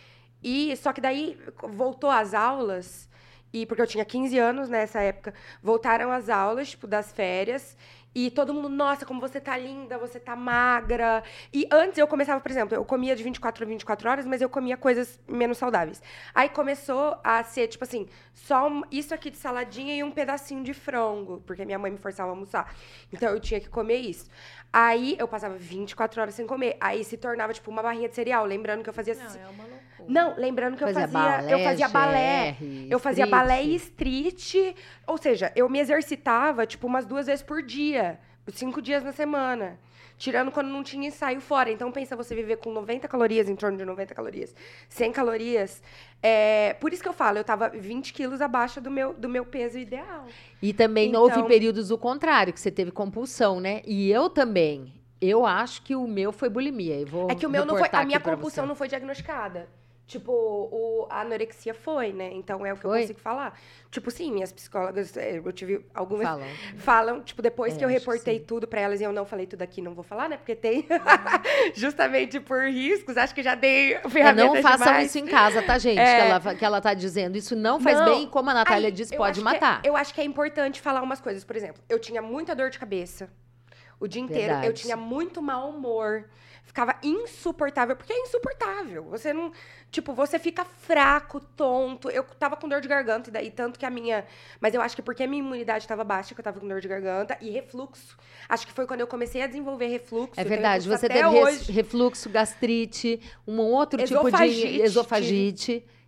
C: E, só que daí, voltou às aulas, e porque eu tinha quinze anos nessa época, voltaram as aulas, tipo, das férias, e todo mundo, nossa, como você tá linda, você tá magra. E antes eu começava, por exemplo, eu comia de vinte e quatro a vinte e quatro horas, mas eu comia coisas menos saudáveis. Aí começou a ser, tipo assim, só um- isso aqui de saladinha e um pedacinho de frango, porque minha mãe me forçava a almoçar. Então eu tinha que comer isso. Aí eu passava vinte e quatro horas sem comer. Aí se tornava, tipo, uma barrinha de cereal, lembrando que eu fazia...
D: Não,
C: ci-
D: é uma loucura.
C: Não, lembrando que eu
B: Fazia
C: fazia,
B: balé,
C: eu fazia balé.
B: G R,
C: Eu fazia
B: street.
C: balé e street. Ou seja, eu me exercitava, tipo, umas duas vezes por dia. Cinco dias na semana. Tirando quando não tinha ensaio fora. Então, pensa você viver com noventa calorias, em torno de noventa calorias, cem calorias. É, por isso que eu falo, eu tava vinte quilos abaixo do meu, do meu peso ideal.
B: E também
C: Então-
B: houve períodos o contrário, que você teve compulsão, né? E eu também. Eu acho que o meu foi bulimia. Eu vou
C: É que o meu não foi.
B: reportar
C: A minha
B: aqui pra
C: compulsão
B: você.
C: não foi diagnosticada. Tipo, o, a anorexia foi, né? Então é o que
B: Foi?
C: eu consigo falar. Tipo, sim, minhas psicólogas, eh, eu tive algumas.
B: Falam.
C: Falam, tipo, depois
B: É,
C: que eu
B: acho que
C: reportei
B: sim.
C: tudo pra elas e eu não falei tudo aqui, não vou falar, né? Porque tem. Justamente por riscos, acho que já dei
B: É,
C: ferramentas
B: não façam
C: demais.
B: isso em casa, tá, gente?
C: É.
B: Que, ela, que ela tá dizendo. Isso não faz
C: Não.
B: bem, como a Natália
C: Aí,
B: disse,
C: eu
B: pode
C: acho que
B: matar.
C: é- eu acho que é importante falar umas coisas. Por exemplo, eu tinha muita dor de cabeça o dia inteiro.
B: Verdade.
C: Eu tinha muito mau humor. Ficava insuportável, porque é insuportável. Você não. Tipo, você fica fraco, tonto. Eu tava com dor de garganta, e daí tanto que a minha. Mas eu acho que porque a minha imunidade tava baixa, que eu tava com dor de garganta, e refluxo. Acho que foi quando eu comecei a desenvolver refluxo.
B: É
C: eu tenho
B: verdade,
C: refluxo
B: você
C: até
B: teve res-
C: hoje.
B: refluxo, gastrite, um outro tipo
C: Esofagite.
B: de esofagite.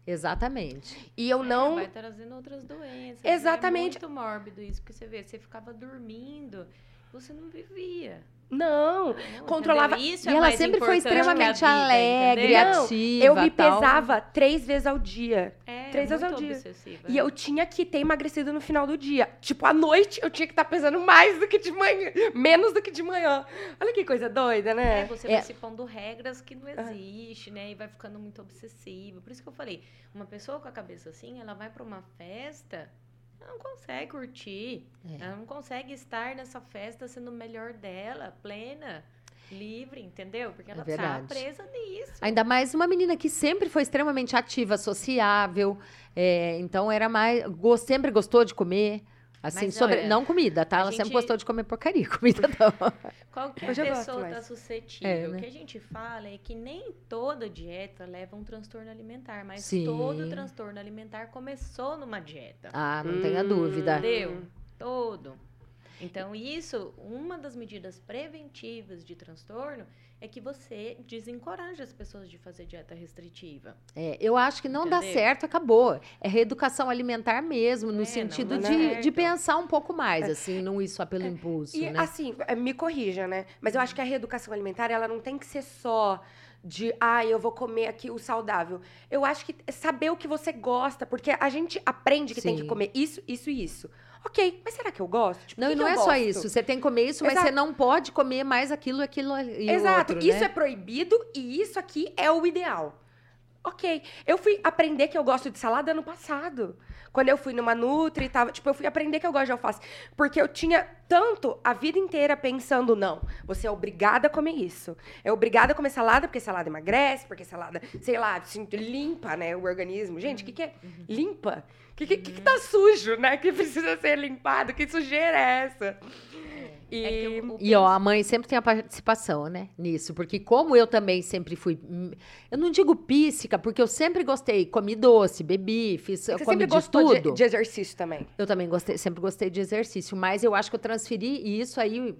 B: Exatamente.
C: E eu
D: É,
C: não...
D: vai trazendo outras doenças.
C: Exatamente.
D: É muito mórbido isso, porque você vê, você ficava dormindo, você não vivia.
C: Não,
D: Não,
C: controlava...
D: entendeu? Isso
B: E
D: é
B: ela
D: mais
B: sempre foi
D: importante que a
B: extremamente
D: vida,
B: alegre,
D: entendeu?
C: Não,
B: ativa,
C: eu me
B: tal.
C: pesava três vezes ao dia.
D: É,
C: Três vezes
D: muito
C: ao dia.
D: obsessiva.
C: E eu tinha que ter emagrecido no final do dia. Tipo, à noite eu tinha que estar pesando mais do que de manhã. Menos do que de manhã. Olha que coisa doida,
D: É,
C: né?
D: você
B: É.
D: vai se pondo regras que não existe, né? E vai ficando muito obsessiva. Por isso que eu falei, uma pessoa com a cabeça assim, ela vai pra uma festa, ela não consegue curtir.
B: É.
D: Ela não consegue estar nessa festa sendo o melhor dela, plena, livre, entendeu? Porque ela tá
B: verdade.
D: presa nisso.
B: Ainda mais uma menina que sempre foi extremamente ativa, sociável. é, então era mais. go- sempre gostou de comer. Assim,
D: Mas,
B: sobre,
D: olha,
B: não comida, tá?
D: a
B: Ela sempre
D: gente-
B: gostou de comer porcaria. Comida não.
D: Qualquer
C: Hoje eu gosto
D: pessoa
C: mais.
D: está suscetível.
B: É, né?
D: O que a gente fala é que nem toda dieta leva a um transtorno alimentar, mas
B: Sim.
D: todo transtorno alimentar começou numa dieta.
B: Ah, não tenha
C: Hum.
B: dúvida.
D: Entendeu? Todo. Então, isso, uma das medidas preventivas de transtorno é que você desencoraja as pessoas de fazer dieta restritiva.
B: É, eu acho que não dá
D: Entendeu?
B: certo, acabou. É reeducação alimentar mesmo, no
D: É, não
B: sentido
D: dá
B: de,
D: certo.
B: de pensar um pouco mais, assim, não ir só pelo impulso,
C: E
B: né?
C: assim, eh, me corrija, né? Mas eu acho que a reeducação alimentar, ela não tem que ser só de, ah, eu vou comer aqui o saudável. Eu acho que é saber o que você gosta, porque a gente aprende que tem que
B: Sim.
C: comer isso, isso e isso. Ok, mas será que eu gosto? Tipo, o
B: Não,
C: que
B: e
C: que
B: não
C: eu
B: é só
C: gosto?
B: isso. Você tem que comer isso, mas
C: Exato.
B: você não pode comer mais aquilo, aquilo e
C: Exato,
B: outro,
C: isso
B: né?
C: é proibido e isso aqui é o ideal. Ok, eu fui aprender que eu gosto de salada ano passado. Quando eu fui numa Nutri e tava, tipo, eu fui aprender que eu gosto de alface. Porque eu tinha tanto a vida inteira pensando, não, você é obrigada a comer isso. É obrigada a comer salada, porque salada emagrece, porque salada, sei lá, assim, limpa, né, o organismo. Gente, o que que é limpa? O que, que, que que tá sujo, né, que precisa ser limpado? Que sujeira é essa? E...
D: É que o- o
B: E ó, a mãe sempre tem a participação, né, nisso, porque como eu também sempre fui, hum, eu não digo píssica, porque eu sempre gostei, comi doce, bebi, fiz, eu
C: Você
B: comi
C: sempre
B: de
C: gostou de,
B: tudo.
C: de exercício também.
B: Eu também gostei, sempre gostei de exercício, mas eu acho que eu transferi e isso aí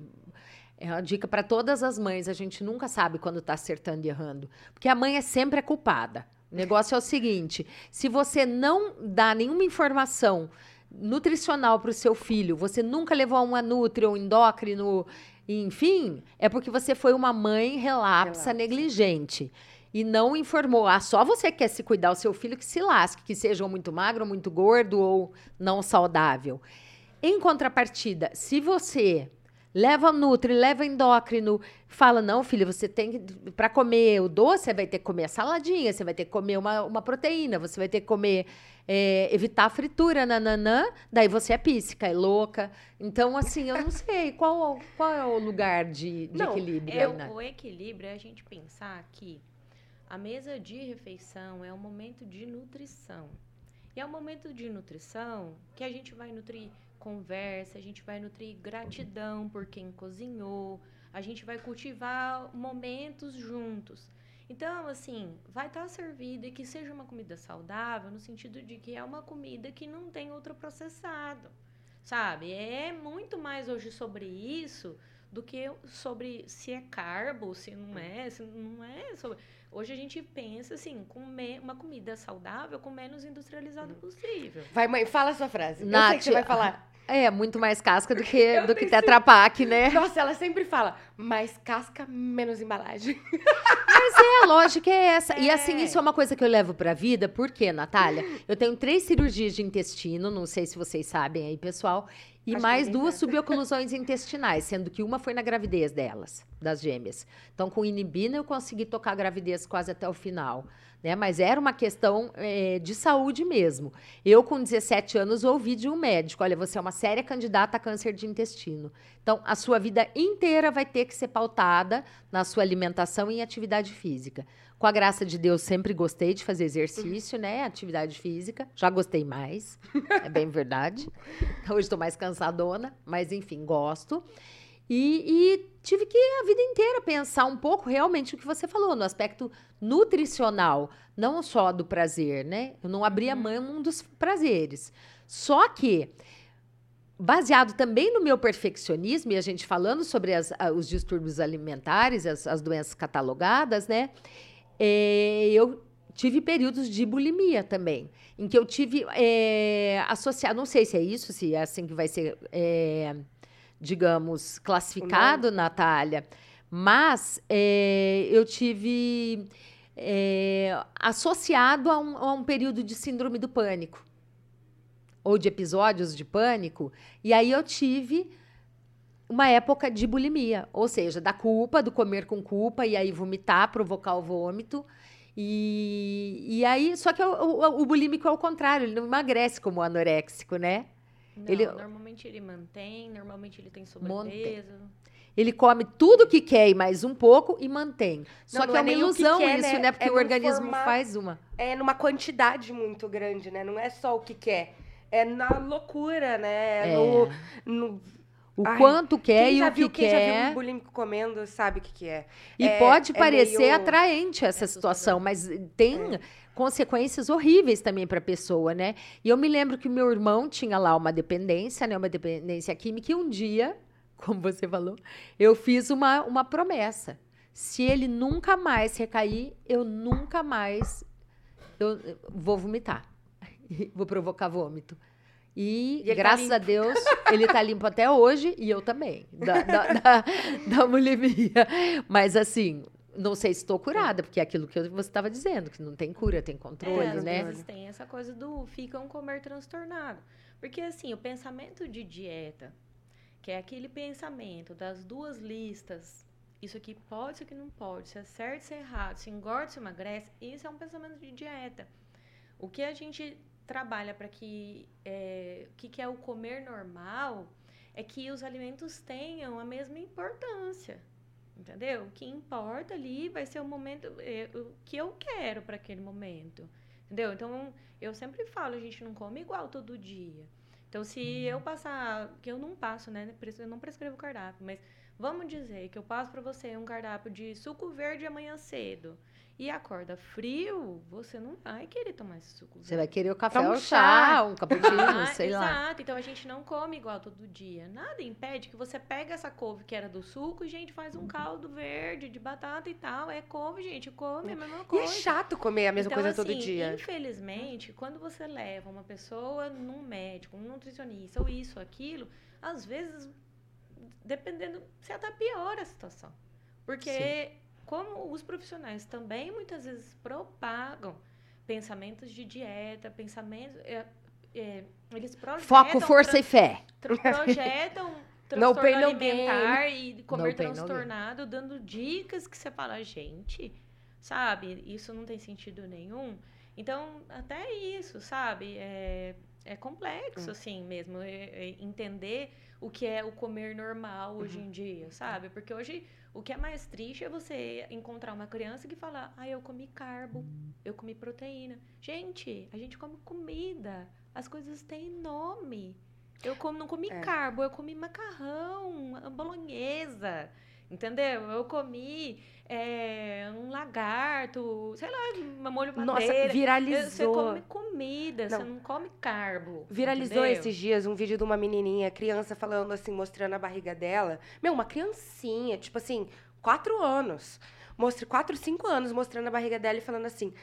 B: é uma dica para todas as mães. A gente nunca sabe quando está acertando e errando, porque a mãe é sempre a culpada. O negócio é o seguinte: se você não dá nenhuma informação nutricional para o seu filho, você nunca levou a uma nutri ou endócrino, enfim, é porque você foi uma mãe relapsa,
C: Relapsa.
B: negligente. E não informou. Ah, só você quer se cuidar, o seu filho que se lasque, que seja ou muito magro, ou muito gordo, ou não saudável. Em contrapartida, se você leva nutri, leva endócrino, fala, não, filha, você tem que, para comer o doce, você vai ter que comer a saladinha, você vai ter que comer uma, uma proteína, você vai ter que comer, é, evitar a fritura, nananã, daí você é píssica, é louca. Então, assim, eu não sei, qual, qual é o lugar de, de
C: Não,
B: equilíbrio
D: É,
B: aí, né?
D: o, o equilíbrio é a gente pensar que a mesa de refeição é um momento de nutrição. E é um momento de nutrição que a gente vai nutrir conversa, a gente vai nutrir gratidão por quem cozinhou, a gente vai cultivar momentos juntos. Então, assim, vai estar servida e que seja uma comida saudável, no sentido de que é uma comida que não tem ultraprocessado, sabe? É muito mais hoje sobre isso do que sobre se é carbo, se não é, se não é sobre... Hoje a gente pensa, assim, comer uma comida saudável com menos industrializado possível.
C: Vai, mãe, fala a sua frase. Eu
B: Nath,
C: sei que você vai falar.
B: É, muito mais casca do que,
C: Eu
B: do que
C: tenho
B: Tetra Pak, né?
C: Nossa, ela sempre fala, mais casca, menos embalagem.
B: É, a lógica é essa. E
C: É.
B: assim, isso é uma coisa que eu levo pra vida, por quê, Natália? Eu tenho três cirurgias de intestino, não sei se vocês sabem aí, pessoal, e
C: Acho que
B: mais
C: ninguém
B: duas
C: sabe.
B: suboclusões intestinais, sendo que uma foi na gravidez delas, das gêmeas. Então, com inibina, eu consegui tocar a gravidez quase até o final, né? Mas era uma questão eh, de saúde mesmo. Eu, com dezessete anos, ouvi de um médico, olha, você é uma séria candidata a câncer de intestino. Então, a sua vida inteira vai ter que ser pautada na sua alimentação e em atividade física. Com a graça de Deus, sempre gostei de fazer exercício, né? Atividade física. Já gostei mais, é bem verdade. Hoje estou mais cansadona, mas enfim, gosto. E, e tive que a vida inteira pensar um pouco realmente o que você falou, no aspecto nutricional, não só do prazer, né? Eu não abria mão dos prazeres. Só que, baseado também no meu perfeccionismo, e a gente falando sobre as, a- os distúrbios alimentares, as, as doenças catalogadas, né? É, eu tive períodos de bulimia também, em que eu tive é, associado, não sei se é isso, se é assim que vai ser, é, digamos, classificado, Natália, mas é, eu tive é, associado a um, a um período de síndrome do pânico, ou de episódios de pânico, e aí eu tive uma época de bulimia, ou seja, da culpa, do comer com culpa, e aí vomitar, provocar o vômito. E, e aí, só que o, o, o bulímico é o contrário, ele não emagrece como o anoréxico, né?
D: Não,
B: ele,
D: normalmente ele mantém, normalmente ele tem sobrepeso.
B: Ele come tudo que quer e mais um pouco e mantém. Só
C: Não,
B: que
C: não
B: é
C: é
B: uma
C: nem o que
B: ilusão
C: quer,
B: isso,
C: né?
B: né? Porque
C: É
B: o
C: num
B: organismo
C: formato-
B: faz uma.
C: É numa quantidade muito grande, né? Não é só o que quer. É na loucura, né?
B: É.
C: No, no-
B: O
C: Ai,
B: quanto quer
C: quem
B: e
C: já
B: o que
C: viu, quem já viu um
B: quer.
C: bulímico comendo sabe o que, que é.
B: E
C: É-
B: pode
C: é
B: parecer
C: meio-
B: atraente essa
D: É
B: situação,
D: assustador.
B: mas tem consequências horríveis também para a pessoa, né? E eu me lembro que o meu irmão tinha lá uma dependência, né? Uma dependência química, e um dia, como você falou, eu fiz uma, uma promessa. Se ele nunca mais recair, eu nunca mais eu eu vou vomitar. Vou provocar vômito. E,
C: E ele tá
B: graças a
C: limpo.
B: Deus, ele tá limpo até hoje, e eu também, da, da, da, da bulimia. Mas, assim, não sei se estou curada, porque é aquilo que eu- você estava dizendo, que não tem cura, tem controle,
D: É, às
B: né?
D: vezes tem essa coisa do ficam comer transtornado. Porque, assim, o pensamento de dieta, que é aquele pensamento das duas listas, isso aqui pode, isso aqui não pode, se é certo, se é errado, se engorda, se emagrece, isso é um pensamento de dieta. O que a gente trabalha para que, é, o que, que é o comer normal, é que os alimentos tenham a mesma importância. Entendeu? O que importa ali vai ser o momento é, o que eu quero para aquele momento. Entendeu? Então, eu sempre falo, a gente não come igual todo dia. Então, se eu passar, que eu não passo, né? Eu não prescrevo cardápio, mas vamos dizer que eu passo para você um cardápio de suco verde amanhã cedo e acorda frio, você não vai querer tomar esse suco verde.
B: Você vai querer o café
C: Toma
B: ou
C: um
B: chá,
C: chá.
B: um cappuccino,
D: Ah,
B: sei lá.
D: exato. Então a gente não come igual todo dia. Nada impede que você pegue essa couve que era do suco e, gente, faz um caldo verde de batata e tal. É couve, gente, come é a mesma
C: E
D: coisa.
C: é chato comer a mesma
D: Então,
C: coisa todo
D: assim,
C: dia.
D: infelizmente, quando você leva uma pessoa num médico, um nutricionista, ou isso, ou aquilo, às vezes, dependendo, você até piora a situação. Porque, como os profissionais também muitas vezes propagam pensamentos de dieta, pensamentos. É, é, eles projetam.
B: Foco, força
D: tran-
B: e fé.
D: tr- projetam
C: No
D: transtorno
C: pain, no
D: alimentar e comer
B: No pain, no gain.
D: transtornado, dando dicas que você fala, gente, sabe? Isso não tem sentido nenhum. Então, até isso, sabe? É, é complexo, assim, mesmo, é- é entender o que é o comer normal hoje em dia, sabe? Porque hoje, o que é mais triste é você encontrar uma criança que fala, ah, eu comi carbo, eu comi proteína. Gente, a gente come comida, as coisas têm nome. Eu como, não comi
C: É.
D: carbo, eu comi macarrão, bolonhesa, entendeu? Eu comi é, um lagarto, sei lá, molho
C: Nossa,
D: madeira. Você
C: viralizou.
D: come comida, você
C: Não.
D: não come carbo.
C: Viralizou
D: entendeu?
C: esses dias um vídeo de uma menininha, criança, falando assim, mostrando a barriga dela. Meu, uma criancinha, tipo assim, quatro anos. Mostra, quatro, cinco anos, mostrando a barriga dela e falando assim,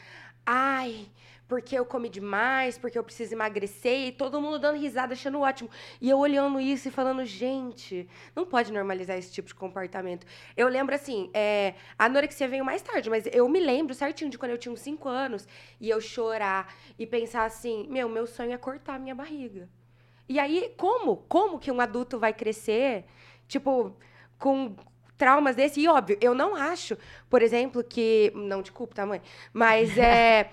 C: ai, porque eu comi demais, porque eu preciso emagrecer, e todo mundo dando risada, achando ótimo. E eu olhando isso e falando, gente, não pode normalizar esse tipo de comportamento. Eu lembro, assim, é, a anorexia veio mais tarde, mas eu me lembro certinho de quando eu tinha uns cinco anos, e eu chorar e pensar assim, meu, meu sonho é cortar a minha barriga. E aí, como? Como que um adulto vai crescer, tipo, com traumas desse? E, óbvio, eu não acho, por exemplo, que... Não te culpo, tá, mãe? Mas é...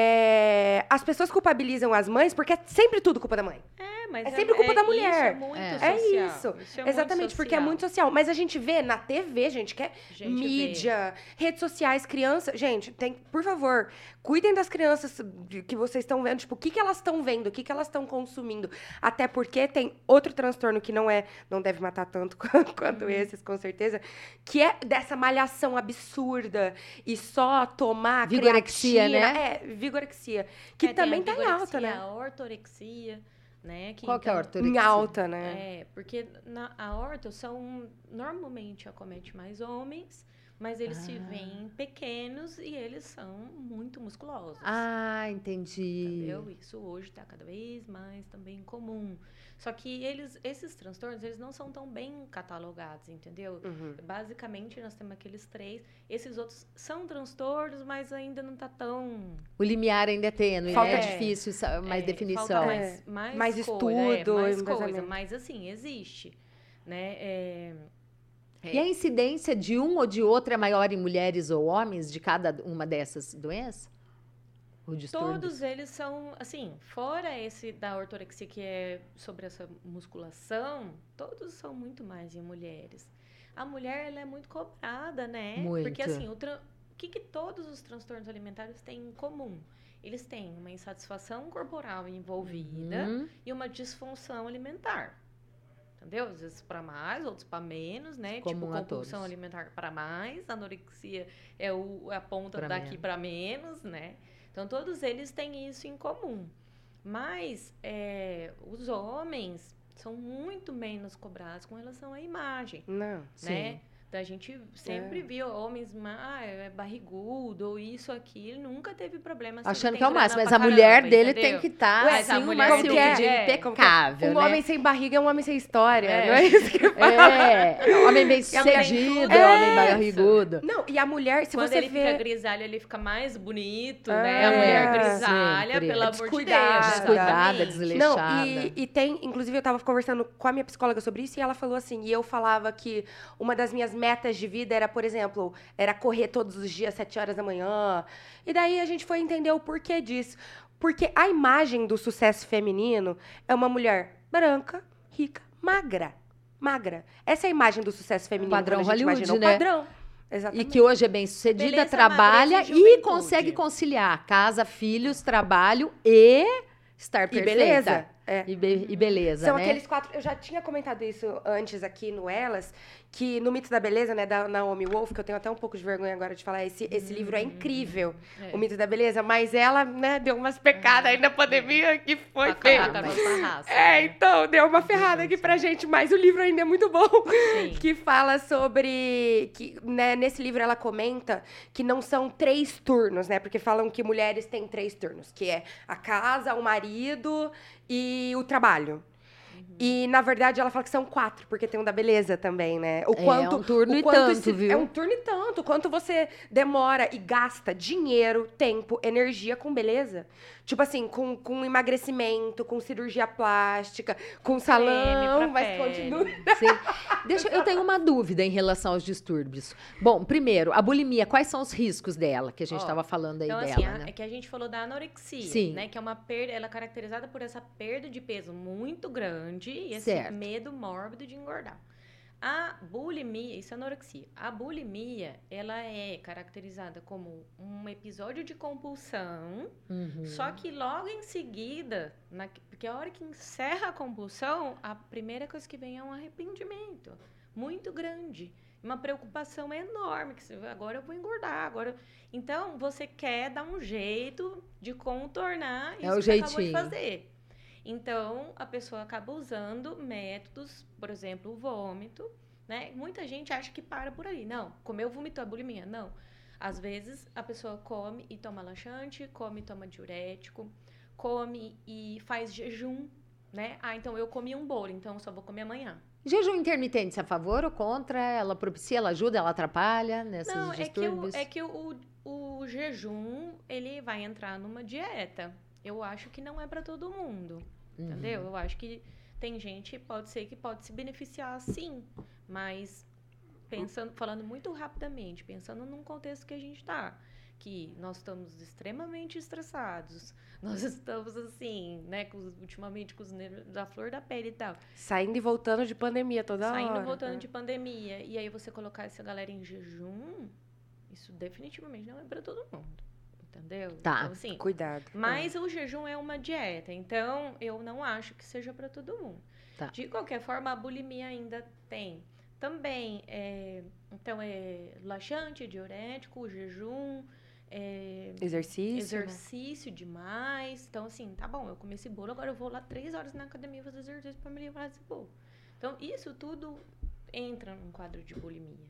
C: É, as pessoas culpabilizam as mães porque é sempre tudo culpa da mãe.
D: É, mas
C: É sempre culpa da
D: isso
C: mulher.
D: é muito
B: É.
C: É
D: social.
C: isso.
D: é muito
C: Exatamente, porque é
D: social.
C: muito social. Mas a gente vê na T V, gente, que é
D: Gente
C: mídia, redes sociais, criança. Gente, tem, por favor, cuidem das crianças de- que vocês estão vendo. Tipo, o que, que elas estão vendo, o que, que elas estão consumindo. Até porque tem outro transtorno que não é, não deve matar tanto quanto, quanto
D: Uhum.
C: esses, com certeza, que é dessa malhação absurda e só tomar
B: Vigorexia,
C: creatina.
B: né?
C: É, vigorexia. Que
D: É, tem
C: também
D: a
C: tá em
D: vigorexia,
C: alta, né?
D: A ortorexia, né? Que,
B: Qual que é a
D: então,
B: ortorexia?
C: Em alta, né?
D: É, porque na, a orto são, normalmente acomete mais homens, mas eles
B: Ah.
D: se veem pequenos e eles são muito musculosos.
B: Ah, entendi.
D: Entendeu? Isso hoje está cada vez mais também comum. Só que eles, esses transtornos, eles não são tão bem catalogados, entendeu?
C: Uhum.
D: Basicamente, nós temos aqueles três. Esses outros são transtornos, mas ainda não tá tão...
B: O limiar ainda é tênue,
C: Falta
B: né? É
D: de-
B: difícil, sa- mais
D: é,
B: definição.
D: falta mais,
C: É,
D: mais,
C: mais
D: coisa,
C: estudo,
D: é, mais coisa.
C: embasamento.
D: Mas, assim, existe, né? É,
B: E a incidência de um ou de outro é maior em mulheres ou homens de cada uma dessas doenças? Ou distúrbios?
D: Todos eles são, assim, fora esse da ortorexia, que é sobre essa musculação, todos são muito mais em mulheres. A mulher, ela é muito cobrada, né?
B: Muito.
D: Porque, assim, o, tra- o que, que todos os transtornos alimentares têm em comum? Eles têm uma insatisfação corporal envolvida
B: Uhum.
D: e uma disfunção alimentar. Entendeu? Às vezes para mais, outros para menos, né?
B: Comum
D: Tipo,
B: a
D: compulsão
B: todos.
D: alimentar para mais, anorexia é o, a ponta
B: Pra
D: daqui
B: menos.
D: para menos, né? Então, todos eles têm isso em comum. Mas é, os homens são muito menos cobrados com relação à imagem,
C: Não.
D: né? Da gente sempre
C: É.
D: viu homens, ah, é barrigudo, ou isso, aquilo, nunca teve problema. sempre
B: Achando
D: tem
B: que é o
D: grana
B: máximo, mas
D: pra
B: a mulher
D: caramba,
B: dele
D: entendeu?
B: tem que estar
D: Ué,
B: assim,
D: a
B: uma
D: mulher
C: como que é?
B: saúde
D: É,
C: como que é?
B: impecável,
C: Um
B: né?
C: homem sem barriga é um homem sem história,
D: É.
C: não é isso que
B: É, homem bem
D: E a mulher
B: sucedido,
D: tudo.
B: homem
D: É.
B: barrigudo.
C: Não, e a mulher, se
D: Quando
C: você
D: ele
C: vê...
D: fica grisalho, ele fica mais bonito,
C: Ah,
D: né? A mulher
C: é,
D: grisalha,
B: sempre.
D: pelo
C: É
D: amor de Deus.
C: descuidada.
B: Descuidada,
D: exatamente.
B: desleixada.
C: Não, e, e tem, inclusive eu tava conversando com a minha psicóloga sobre isso e ela falou assim, e eu falava que uma das minhas metas de vida era, por exemplo, era correr todos os dias, sete horas da manhã. E daí a gente foi entender o porquê disso. Porque a imagem do sucesso feminino é uma mulher branca, rica, magra. Magra. Essa é a imagem do sucesso feminino.
B: Padrão
C: quando a gente
B: Hollywood,
C: imagina o
B: né?
C: padrão.
B: E
C: Exatamente.
B: que hoje é bem sucedida,
D: Beleza,
B: trabalha
D: madureza e
B: e
D: juventude.
B: consegue conciliar casa, filhos, trabalho e estar
C: E
B: perfeita.
C: beleza. É.
B: E, be- e beleza,
C: São
B: né?
C: aqueles quatro. Eu já tinha comentado isso antes aqui no Elas, que no Mito da Beleza, né, da Naomi Wolf, que eu tenho até um pouco de vergonha agora de falar, esse, esse livro é incrível,
D: É.
C: O Mito da Beleza, mas ela, né, deu umas pecadas aí na pandemia que foi
D: Pra
C: feio.
D: caraca, nossa raça,
C: É,
D: né?
C: então, deu uma ferrada aqui pra gente, mas o livro ainda é muito bom.
D: Sim.
C: Que fala sobre. Que, né, nesse livro ela comenta que não são três turnos, né? Porque falam que mulheres têm três turnos, que é a casa, o marido e o trabalho. E, na verdade, ela fala que são quatro, porque tem um da beleza também, né? O
B: É, um turno
C: o
B: e
C: quanto
B: tanto,
C: esse-
B: viu?
C: É um turno e tanto. Quanto você demora e gasta dinheiro, tempo, energia com beleza. Tipo assim, com, com emagrecimento, com cirurgia plástica, com salão,
D: pra
C: mas
D: pele.
C: continua.
B: Sim. Deixa, eu tenho uma dúvida em relação aos distúrbios. Bom, primeiro, a bulimia, quais são os riscos dela, que a gente
D: Ó,
B: estava falando aí
D: Então,
B: dela,
D: assim, a-
B: né?
D: é que a gente falou da anorexia,
B: Sim.
D: né? Que é uma perda, ela é caracterizada por essa perda de peso muito grande e esse
B: Certo.
D: medo mórbido de engordar. A bulimia, isso é anorexia. A bulimia, ela é caracterizada como um episódio de compulsão,
B: Uhum.
D: só que logo em seguida, na, porque a hora que encerra a compulsão, a primeira coisa que vem é um arrependimento muito grande. Uma preocupação enorme, que você, agora eu vou engordar, agora... Então, você quer dar um jeito de contornar isso
B: É o
D: que você acabou de
B: jeitinho.
D: fazer. Então, a pessoa acaba usando métodos, por exemplo, o vômito, né? Muita gente acha que para por aí. Não, comeu, vomitou, é bulimia. Não. Às vezes, a pessoa come e toma laxante, come e toma diurético, come e faz jejum, né? Ah, então eu comi um bolo, então eu só vou comer amanhã.
B: Jejum intermitente, você é a favor ou contra? Ela propicia, ela ajuda, ela atrapalha nesses
D: Não, é que, o,
B: distúrbios?
D: é que o, o jejum, ele vai entrar numa dieta. Eu acho que não é para todo mundo,
B: Uhum.
D: entendeu? Eu acho que tem gente, pode ser que pode se beneficiar sim, mas pensando, falando muito rapidamente, pensando num contexto que a gente tá, que nós estamos extremamente estressados, nós estamos assim, né, com, os- ultimamente com os nervos da flor da pele e tal,
C: Saindo e voltando de pandemia toda
D: saindo
C: hora.
D: e voltando
C: né?
D: de pandemia, e aí você colocar essa galera em jejum, isso definitivamente não é para todo mundo, entendeu?
B: Tá.
D: Então, assim,
C: Cuidado.
D: mas o jejum é uma dieta, então eu não acho que seja para todo mundo.
B: Tá.
D: De qualquer forma, a bulimia ainda tem. Também, é, então, é laxante, diurético, jejum, é,
C: Exercício. né?
D: exercício demais. Então, assim, tá bom, eu comi esse bolo, agora eu vou lá três horas na academia fazer exercício para me livrar desse bolo. Então, isso tudo entra num quadro de bulimia,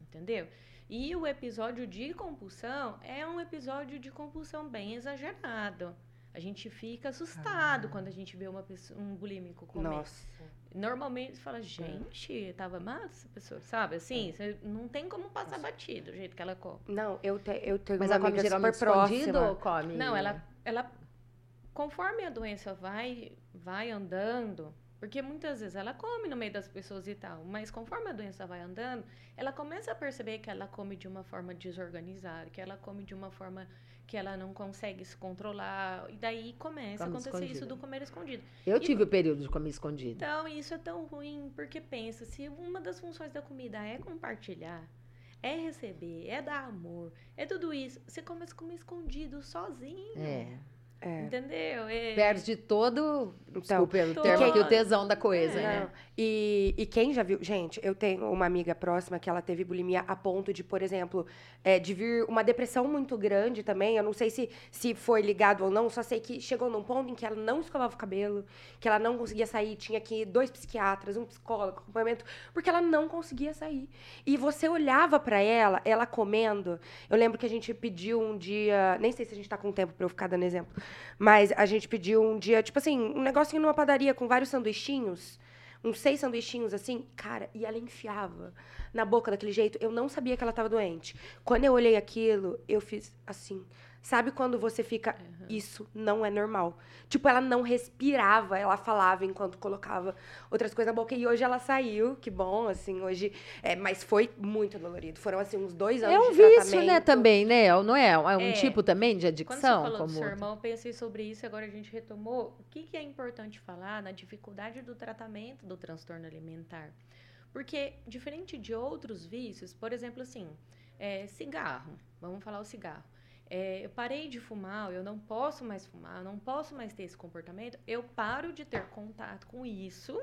D: entendeu? E o episódio de compulsão é um episódio de compulsão bem exagerado. A gente fica assustado ah. quando a gente vê uma pessoa, um bulímico comer. Nossa. Normalmente você fala, gente, tava massa essa pessoa, sabe? Assim, você não tem como passar Nossa. batido o jeito que ela come.
C: Não, eu, te, eu tenho
B: Mas
C: uma
B: ela come geralmente
C: super próxima.
B: escondido ou come?
D: Não, ela, ela, conforme a doença vai, vai andando, porque muitas vezes ela come no meio das pessoas e tal, mas conforme a doença vai andando, ela começa a perceber que ela come de uma forma desorganizada, que ela come de uma forma que ela não consegue se controlar, e daí começa come a acontecer escondido. Isso do comer escondido.
B: Eu
D: e,
B: tive o período de comer escondido.
D: Então, isso é tão ruim, porque pensa, se uma das funções da comida é compartilhar, é receber, é dar amor, é tudo isso, você começa a comer escondido, sozinho.
B: É.
C: É.
D: Entendeu? É...
B: Perde todo,
C: então,
B: desculpa o termo aqui, o tesão da coisa,
C: é.
B: né?
C: E, e quem já viu... Gente, eu tenho uma amiga próxima que ela teve bulimia a ponto de, por exemplo, é, de vir uma depressão muito grande também. Eu não sei se, se foi ligado ou não, só sei que chegou num ponto em que ela não escovava o cabelo, que ela não conseguia sair, tinha que ir dois psiquiatras, um psicólogo, acompanhamento, porque ela não conseguia sair. E você olhava pra ela, ela comendo... Eu lembro que a gente pediu um dia... Nem sei se a gente tá com tempo pra eu ficar dando exemplo. Mas a gente pediu um dia, tipo assim, um negocinho numa padaria com vários sanduichinhos, uns seis sanduichinhos assim, cara, e ela enfiava na boca daquele jeito. Eu não sabia que ela estava doente. Quando eu olhei aquilo, eu fiz assim. Sabe quando você fica, uhum. isso não é normal? Tipo, ela não respirava, ela falava enquanto colocava outras coisas na boca. E hoje ela saiu, que bom, assim, hoje... É, mas foi muito dolorido. Foram, assim, uns dois anos
B: de
C: tratamento.
B: É um vício, né, também, né? Não é? É um
D: é,
B: tipo também de adicção?
D: Quando você falou
B: como
D: do seu irmão, eu pensei sobre isso, agora a gente retomou. O que, que é importante falar na dificuldade do tratamento do transtorno alimentar? Porque, diferente de outros vícios, por exemplo, assim, é, cigarro. Vamos falar o cigarro. É, eu parei de fumar, eu não posso mais fumar, eu não posso mais ter esse comportamento, eu paro de ter contato com isso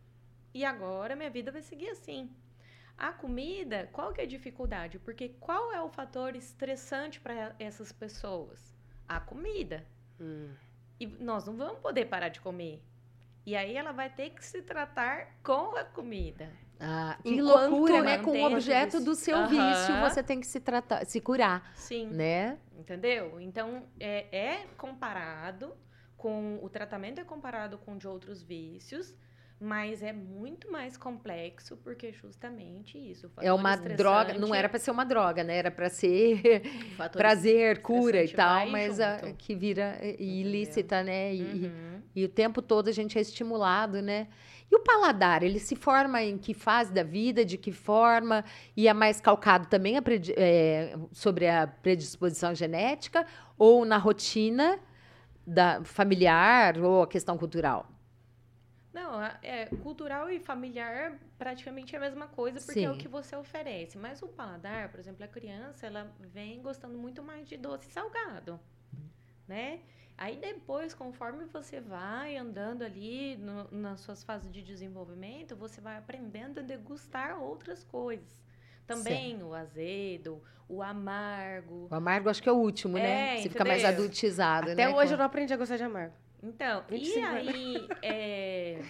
D: e agora minha vida vai seguir assim. A comida, qual que é a dificuldade? Porque qual é o fator estressante para essas pessoas? A comida. Hum. E nós não vamos poder parar de comer. E aí ela vai ter que se tratar com a comida.
B: Ah, que loucura, né? Com o objeto do seu
D: uhum.
B: vício, você tem que se tratar, se curar.
D: Sim.
B: Né?
D: Entendeu? Então, é, é comparado com... O tratamento é comparado com de outros vícios, mas é muito mais complexo, porque justamente isso.
B: É uma droga, não era para ser uma droga, né? Era para ser prazer, cura e tal, mas a, que vira ilícita, né? E, uhum. e, e o tempo todo a gente é estimulado, né? E o paladar, ele se forma em que fase da vida, de que forma? E é mais calcado também a predi- é, sobre a predisposição genética ou na rotina da familiar ou a questão cultural?
D: Não, é, cultural e familiar praticamente é a mesma coisa, porque Sim. é o que você oferece. Mas o paladar, por exemplo, a criança, ela vem gostando muito mais de doce e salgado, né? Aí depois, conforme você vai andando ali no, nas suas fases de desenvolvimento, você vai aprendendo a degustar outras coisas. Também Sim. o azedo, o amargo.
B: O amargo acho que é o último,
D: é,
B: né? Você
D: entendeu?
B: fica mais adultizado,
C: Até
B: né?
C: hoje eu não aprendi a gostar de amargo.
D: Então, e aí... É...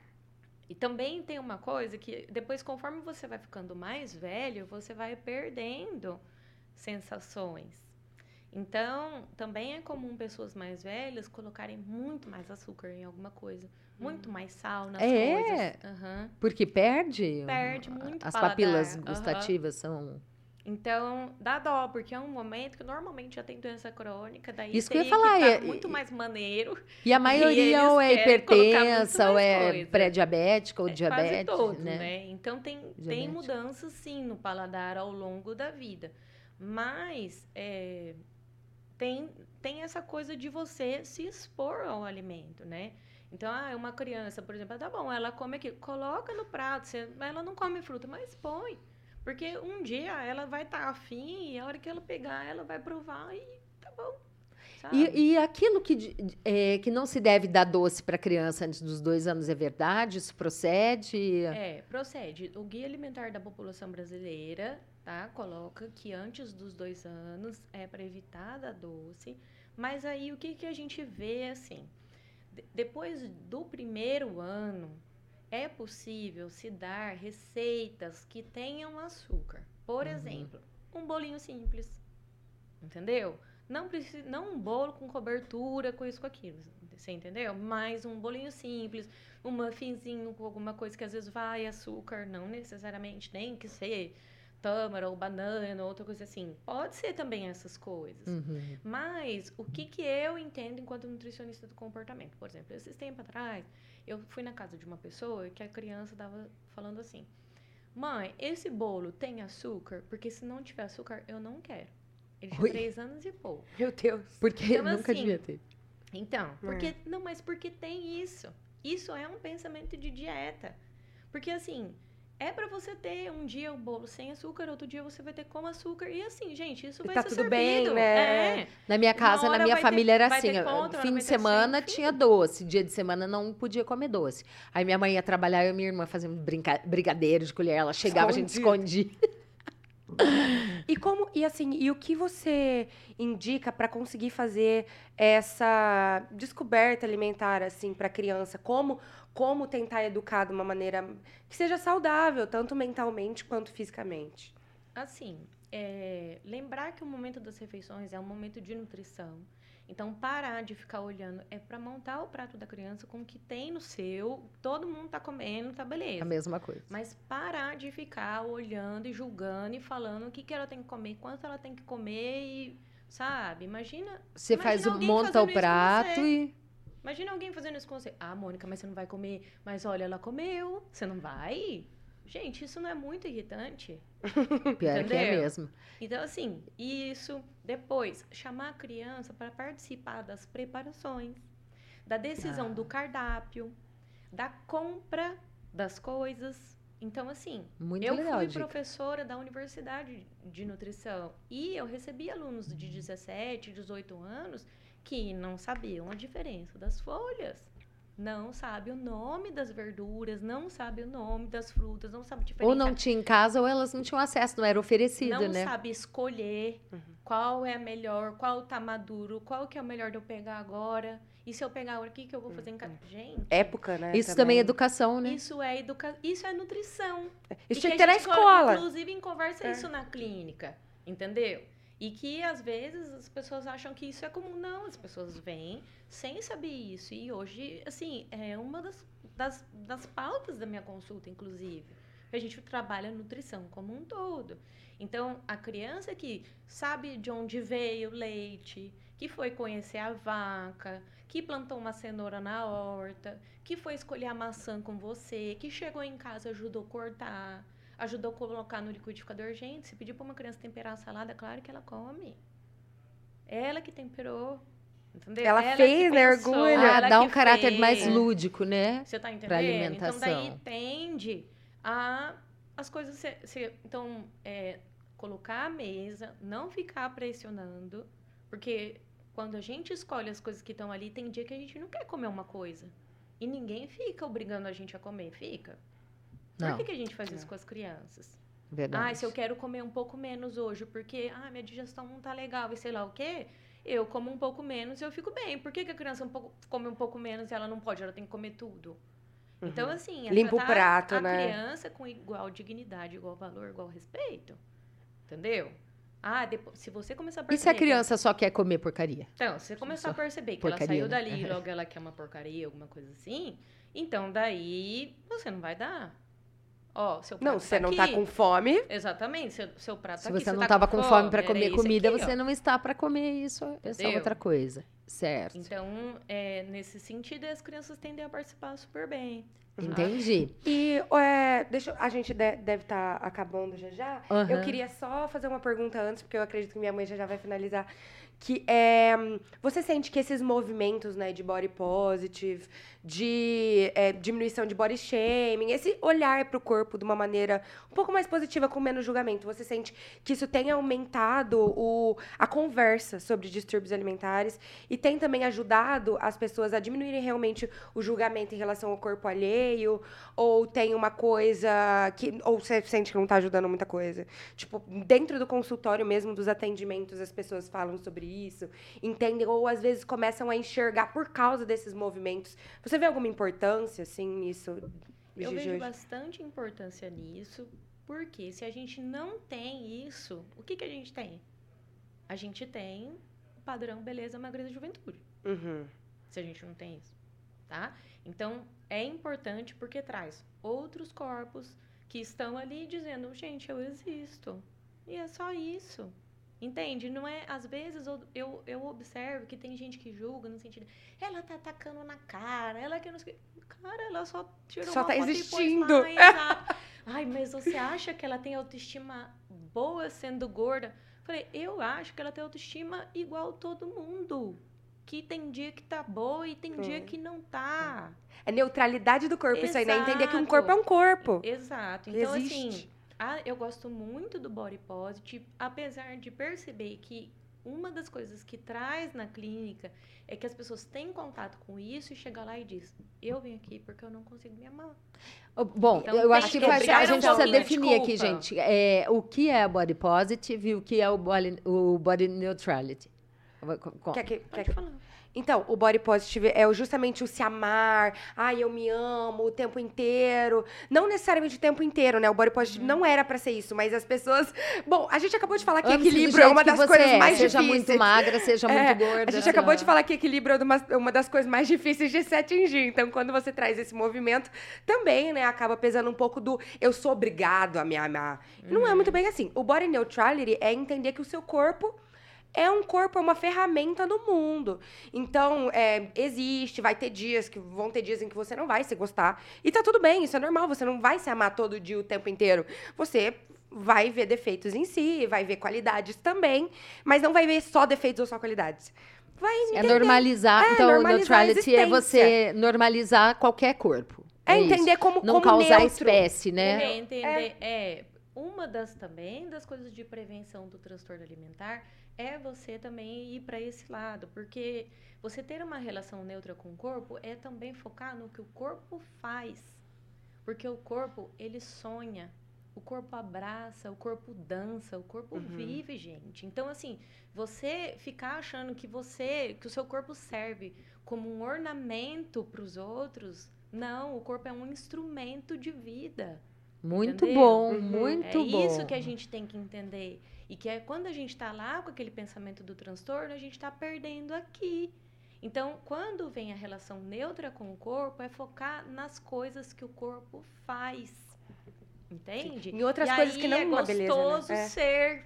D: E também tem uma coisa que depois, conforme você vai ficando mais velho, você vai perdendo sensações. Então, também é comum pessoas mais velhas colocarem muito mais açúcar em alguma coisa. Muito hum. mais sal nas
B: é?
D: coisas. Uhum.
B: Porque perde?
D: Perde muito
B: As
D: paladar.
B: papilas gustativas uhum. são...
D: Então, dá dó, porque é um momento que normalmente já tem doença crônica, daí
B: Isso
D: teria
B: que eu ia falar,
D: que tá
B: é,
D: muito mais maneiro.
B: E a maioria ou é hipertensa, ou é pré-diabética, ou
D: é
B: diabetes,
D: quase todo,
B: né?
D: né? Então, tem, tem mudanças, sim, no paladar ao longo da vida. Mas, é, tem, tem essa coisa de você se expor ao alimento, né? Então, ah, uma criança, por exemplo, tá bom, ela come aqui, coloca no prato, você, ela não come fruta, mas põe. Porque um dia ela vai estar tá afim e a hora que ela pegar, ela vai provar e tá bom.
B: E, e aquilo que, é, que não se deve dar doce para criança antes dos dois anos é verdade? Isso procede?
D: É, procede. O Guia Alimentar da População Brasileira, tá, coloca que antes dos dois anos é para evitar dar doce. Mas aí o que, que a gente vê assim? D- depois do primeiro ano, é possível se dar receitas que tenham açúcar. Por uhum. exemplo, um bolinho simples. Entendeu? Não, precisa, não um bolo com cobertura, com isso, com aquilo. Você entendeu? Mas um bolinho simples, um muffinzinho com alguma coisa que às vezes vai açúcar, não necessariamente tem que ser tâmara ou banana, outra coisa assim. Pode ser também essas coisas. Uhum. Mas o que, que eu entendo enquanto nutricionista do comportamento? Por exemplo, esses tempos atrás, eu fui na casa de uma pessoa que a criança estava falando assim: mãe, esse bolo tem açúcar? Porque se não tiver açúcar, eu não quero. Ele tinha Oi. três anos e pouco.
B: Meu Deus. Porque então, nunca assim, devia ter.
D: Então, porque, é. não, mas porque tem isso. Isso é um pensamento de dieta. Porque, assim, é pra você ter um dia o bolo sem açúcar, outro dia você vai ter com açúcar. E, assim, gente, isso vai
C: tá
D: ser
C: tudo
D: servido.
C: Bem, né?
B: É. Na minha casa, na minha família ter, era assim. Contra, fim de semana assim, tinha doce. Dia de semana não podia comer doce. Aí minha mãe ia trabalhar e minha irmã fazia um brinca... brigadeiro de colher. Ela chegava, Escondido. a gente escondia.
C: E como e assim, e o que você indica para conseguir fazer essa descoberta alimentar assim para criança? Como como tentar educar de uma maneira que seja saudável, tanto mentalmente quanto fisicamente?
D: Assim, é, lembrar que o momento das refeições é um momento de nutrição. Então, parar de ficar olhando é para montar o prato da criança com o que tem no seu. Todo mundo tá comendo, tá beleza.
B: A mesma coisa.
D: Mas parar de ficar olhando e julgando e falando o que, que ela tem que comer, quanto ela tem que comer e, sabe? Imagina.
B: Você
D: imagina
B: faz o, monta o prato e...
D: Imagina alguém fazendo isso com você. Ah, Mônica, mas você não vai comer. Mas olha, ela comeu. Você não vai? Gente, isso não é muito irritante?
B: Pior que é mesmo.
D: Então, assim, isso. Depois, chamar a criança para participar das preparações, da decisão ah. do cardápio, da compra das coisas. Então, assim,
B: muito
D: eu
B: legal,
D: fui
B: dica.
D: professora da Universidade de Nutrição e eu recebi alunos de dezessete, dezoito anos que não sabiam a diferença das folhas. Não sabe o nome das verduras, não sabe o nome das frutas, não sabe diferenciar.
B: Ou não tinha em casa, ou elas não tinham acesso, não era oferecido,
D: não
B: né?
D: Não sabe escolher uhum. qual é a melhor, qual tá maduro, qual que é o melhor de eu pegar agora. E se eu pegar agora, o que, que eu vou fazer em casa? Gente...
C: Época, né?
B: Isso também, também é educação, né?
D: Isso é, educa... isso é nutrição.
C: Isso tinha que ter na escola.
D: Inclusive, em conversa é. isso na clínica, entendeu? E que, às vezes, as pessoas acham que isso é comum. Não, as pessoas vêm sem saber isso. E hoje, assim, é uma das, das, das pautas da minha consulta, inclusive. A gente trabalha nutrição como um todo. Então, a criança que sabe de onde veio o leite, que foi conhecer a vaca, que plantou uma cenoura na horta, que foi escolher a maçã com você, que chegou em casa e ajudou a cortar, ajudou a colocar no liquidificador. Gente, se pedir para uma criança temperar a salada, claro que ela come. Ela que temperou, entendeu?
C: Ela, ela fez, né? Orgulho.
B: Ah, dá um caráter fez. mais lúdico, né?
D: Você tá entendendo?
B: Pra alimentação.
D: Então, daí tende a as coisas... Se, se, então, é, colocar a mesa, não ficar pressionando, porque quando a gente escolhe as coisas que estão ali, tem dia que a gente não quer comer uma coisa. E ninguém fica obrigando a gente a comer, fica? Por
B: Não.
D: que, que a gente faz isso com as crianças?
B: Verdade.
D: Ah, se eu quero comer um pouco menos hoje, porque ah, minha digestão não tá legal e sei lá o quê, eu como um pouco menos e eu fico bem. Por que, que a criança um pouco, come um pouco menos e ela não pode? Ela tem que comer tudo. Uhum. Então, assim, é
C: limpa o prato,
D: a
C: né?
D: criança com igual dignidade, igual valor, igual respeito. Entendeu? Ah, depois, se você começar a perceber...
B: E se a criança que... só quer comer porcaria?
D: Então, se você começar só a perceber que
B: porcaria,
D: ela saiu
B: né?
D: dali e logo ela quer uma porcaria, alguma coisa assim, então daí você não vai dar. Ó, seu prato
C: não, você
D: tá
C: não
D: aqui.
C: tá com fome.
D: Exatamente, seu, seu prato
B: Se
D: tá aqui.
B: você não
D: tá
B: tava com fome, fome para comer comida,
D: aqui,
B: você
D: ó.
B: não está para comer isso, essa é outra coisa. Certo.
D: Então, é, nesse sentido, as crianças tendem a participar super bem.
B: Entendi.
C: E é, deixa, a gente de, deve estar tá acabando já já.
B: Uhum.
C: Eu queria só fazer uma pergunta antes, porque eu acredito que minha mãe já, já vai finalizar. Que é, você sente que esses movimentos, né, de body positive, de é, diminuição de body shaming, esse olhar para o corpo de uma maneira um pouco mais positiva, com menos julgamento, você sente que isso tem aumentado o, a conversa sobre distúrbios alimentares e tem também ajudado as pessoas a diminuírem realmente o julgamento em relação ao corpo alheio? Ou tem uma coisa que... Ou você sente que não está ajudando muita coisa? Tipo, dentro do consultório mesmo, dos atendimentos, as pessoas falam sobre isso, entendem, ou às vezes começam a enxergar por causa desses movimentos. Você vê alguma importância, assim, nisso?
D: Eu vejo bastante importância nisso, Porque se a gente não tem isso, o que, que a gente tem? A gente tem o padrão beleza, magreza e juventude.
C: Uhum.
D: Se a gente não tem isso, tá? Então, é importante porque traz outros corpos que estão ali dizendo, gente, eu existo. E é só isso. Entende? Não é, às vezes eu, eu, eu observo que tem gente que julga no sentido, ela tá atacando na cara, ela que não sei. Cara, ela só tirou
C: Só
D: uma
C: tá
D: foto
C: existindo.
D: e pôs lá, exato. Ai, mas você acha que ela tem autoestima boa sendo gorda? Falei, eu acho que ela tem autoestima igual todo mundo. Que tem dia que tá boa e tem hum. dia que não tá.
C: É neutralidade do corpo,
D: Exato.
C: Isso aí, né? Entender que um corpo é um corpo.
D: Exato. Então,
C: Existe.
D: assim, a, eu gosto muito do body positive, apesar de perceber que uma das coisas que traz na clínica é que as pessoas têm contato com isso e chegam lá e diz, eu vim aqui porque eu não consigo me amar.
B: Bom,
D: então,
B: eu acho que,
C: que
B: faz, a gente
D: um
B: precisa definir
D: de
B: aqui, gente, é, o que é body positive e o que é o body, o body neutrality.
C: Quer que,
D: Pode
C: quer
D: falar.
C: Então, o body positive é justamente o se amar. Ai, eu me amo o tempo inteiro. Não necessariamente o tempo inteiro, né? O body positive uhum. não era pra ser isso, mas as pessoas... Bom, a gente acabou de falar que
B: Ame-se
C: equilíbrio é uma das coisas
B: é.
C: mais
B: seja
C: difíceis.
B: Seja muito magra, seja
C: é,
B: muito gorda.
C: A gente acabou de falar que equilíbrio é uma, uma das coisas mais difíceis de se atingir. Então, quando você traz esse movimento, também, né? Acaba pesando um pouco do eu sou obrigado a me amar. Uhum. Não é muito bem assim. O body neutrality é entender que o seu corpo... É um corpo, é uma ferramenta no mundo. Então, é, existe, vai ter dias que vão ter dias em que você não vai se gostar. E tá tudo bem, isso é normal. Você não vai se amar todo dia o tempo inteiro. Você vai ver defeitos em si, vai ver qualidades também, mas não vai ver só defeitos ou só qualidades. Vai entender.
B: É normalizar.
C: É,
B: então,
C: normalizar
B: o neutrality é você normalizar qualquer corpo.
C: É,
B: é
C: entender
B: isso.
C: como
B: não
C: como
B: causar
C: neutro.
B: espécie, né?
D: É entender, é... Uma das também das coisas de prevenção do transtorno alimentar é você também ir para esse lado, porque você ter uma relação neutra com o corpo é também focar no que o corpo faz, porque o corpo ele sonha, o corpo abraça, o corpo dança, o corpo uhum. vive, gente. Então assim, você ficar achando que você, que o seu corpo serve como um ornamento para os outros, não, o corpo é um instrumento de vida.
B: Muito
D: Entendeu?
B: bom,
C: Uhum.
B: muito
D: é
B: bom.
D: É isso que a gente tem que entender. E que é quando a gente está lá com aquele pensamento do transtorno, a gente está perdendo aqui. Então, quando vem a relação neutra com o corpo, é focar nas coisas que o corpo faz. Entende?
C: Em outras
D: e
C: coisas
D: aí
C: que não
D: é
C: uma
D: gostoso
C: beleza, né? É.
D: ser.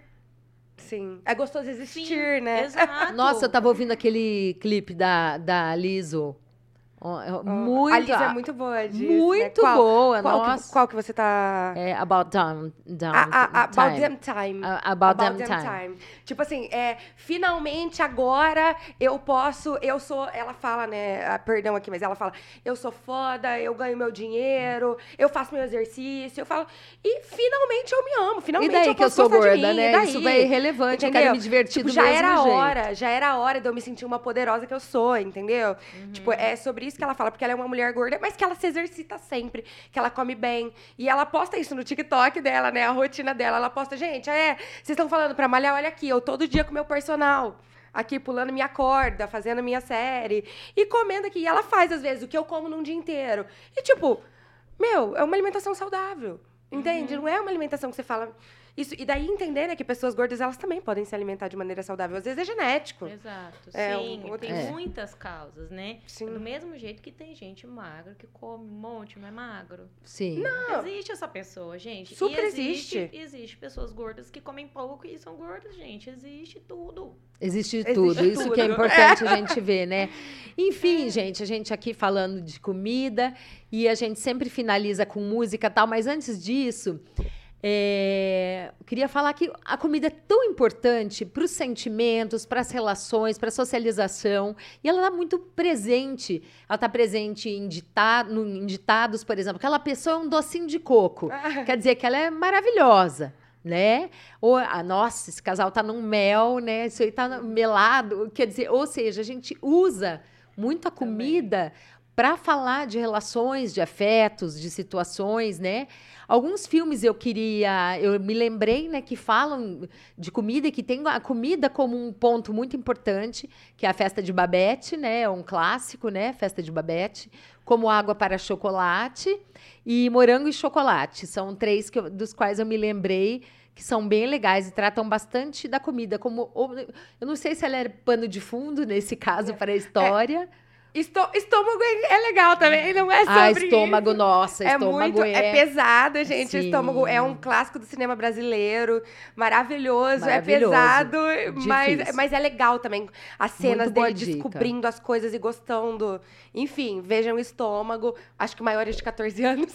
C: Sim. É gostoso existir,
D: Sim,
C: né?
D: Exato.
B: Nossa, eu tava ouvindo aquele clipe da, da Lizzo. Oh, muito,
C: a Liz é muito boa disso,
B: muito
C: né? qual,
B: boa,
C: qual
B: nossa.
C: Que, qual que você tá...
B: É About Damn, damn
C: a, a, a,
B: Time.
C: About Damn Time.
B: A, about, about Damn time.
C: time. Tipo assim, é, finalmente agora eu posso... Eu sou... Ela fala, né? Ah, perdão aqui, mas ela fala... Eu sou foda, eu ganho meu dinheiro, eu faço meu exercício, eu falo... E finalmente eu me amo, finalmente
B: e daí
C: eu
B: que eu
C: posso
B: sou
C: gostar
B: gorda,
C: de mim,
B: né?
C: e daí?
B: Isso é irrelevante,
C: Entendeu?
B: eu quero me divertir
C: tipo,
B: do
C: já
B: mesmo
C: era a
B: jeito.
C: hora, já era a hora de eu me sentir uma poderosa que eu sou, entendeu? Uhum. Tipo, é sobre isso que ela fala, porque ela é uma mulher gorda, mas que ela se exercita sempre, que ela come bem. E ela posta isso no TikTok dela, né? A rotina dela. Ela posta, gente, é, vocês estão falando pra malhar, olha aqui, eu todo dia com meu personal. Aqui, pulando minha corda, fazendo minha série. E comendo aqui. E ela faz, às vezes, o que eu como num dia inteiro. E, tipo, meu, é uma alimentação saudável. Entende? Uhum. Não é uma alimentação que você fala... Isso, e daí entender, né, que pessoas gordas, elas também podem se alimentar de maneira saudável. Às vezes é genético.
D: Exato,
C: é,
D: sim.
C: Um, outro...
D: Tem
B: é.
D: muitas causas, né?
C: Sim.
D: Do mesmo jeito que tem gente magra que come um monte, não é magro.
B: Sim.
C: Não.
D: Existe essa pessoa, gente.
C: Super
D: e existe.
C: existe.
D: Existe pessoas gordas que comem pouco e são gordas, gente. Existe tudo.
B: Existe,
C: Existe
B: tudo. Isso
C: tudo.
B: que é importante a gente ver, né? Enfim, é. gente, a gente aqui falando de comida e a gente sempre finaliza com música e tal, mas antes disso... É, queria falar que a comida é tão importante para os sentimentos, para as relações, para a socialização, e ela está muito presente. Ela está presente em, ditado, no, em ditados, por exemplo. Aquela pessoa é um docinho de coco. Quer dizer que ela é maravilhosa, né? Ou, ah, nossa, esse casal tá num mel, né? Isso aí tá melado. Quer dizer, ou seja, a gente usa muito a comida para falar de relações, de afetos, de situações, né? Alguns filmes eu queria, eu me lembrei, né, que falam de comida e que tem a comida como um ponto muito importante, que é a Festa de Babette, né? É um clássico, né? Festa de Babette, como Água para Chocolate e Morango e Chocolate. São três que eu, dos quais eu me lembrei que são bem legais e tratam bastante da comida. Como, eu não sei se ela era pano de fundo, nesse caso, para a história.
C: É. Estô- estômago é legal também, não é sobre
B: Ah, estômago,
C: isso.
B: nossa,
C: É
B: estômago
C: muito,
B: é...
C: é pesado, gente.
B: Sim.
C: O estômago é um clássico do cinema brasileiro, maravilhoso,
B: Maravilhoso.
C: é pesado, mas,
B: Difícil.
C: mas é legal também. As cenas
B: Muito boa
C: dele
B: dica.
C: descobrindo as coisas e gostando. Enfim, vejam o Estômago. Acho que maiores de catorze anos.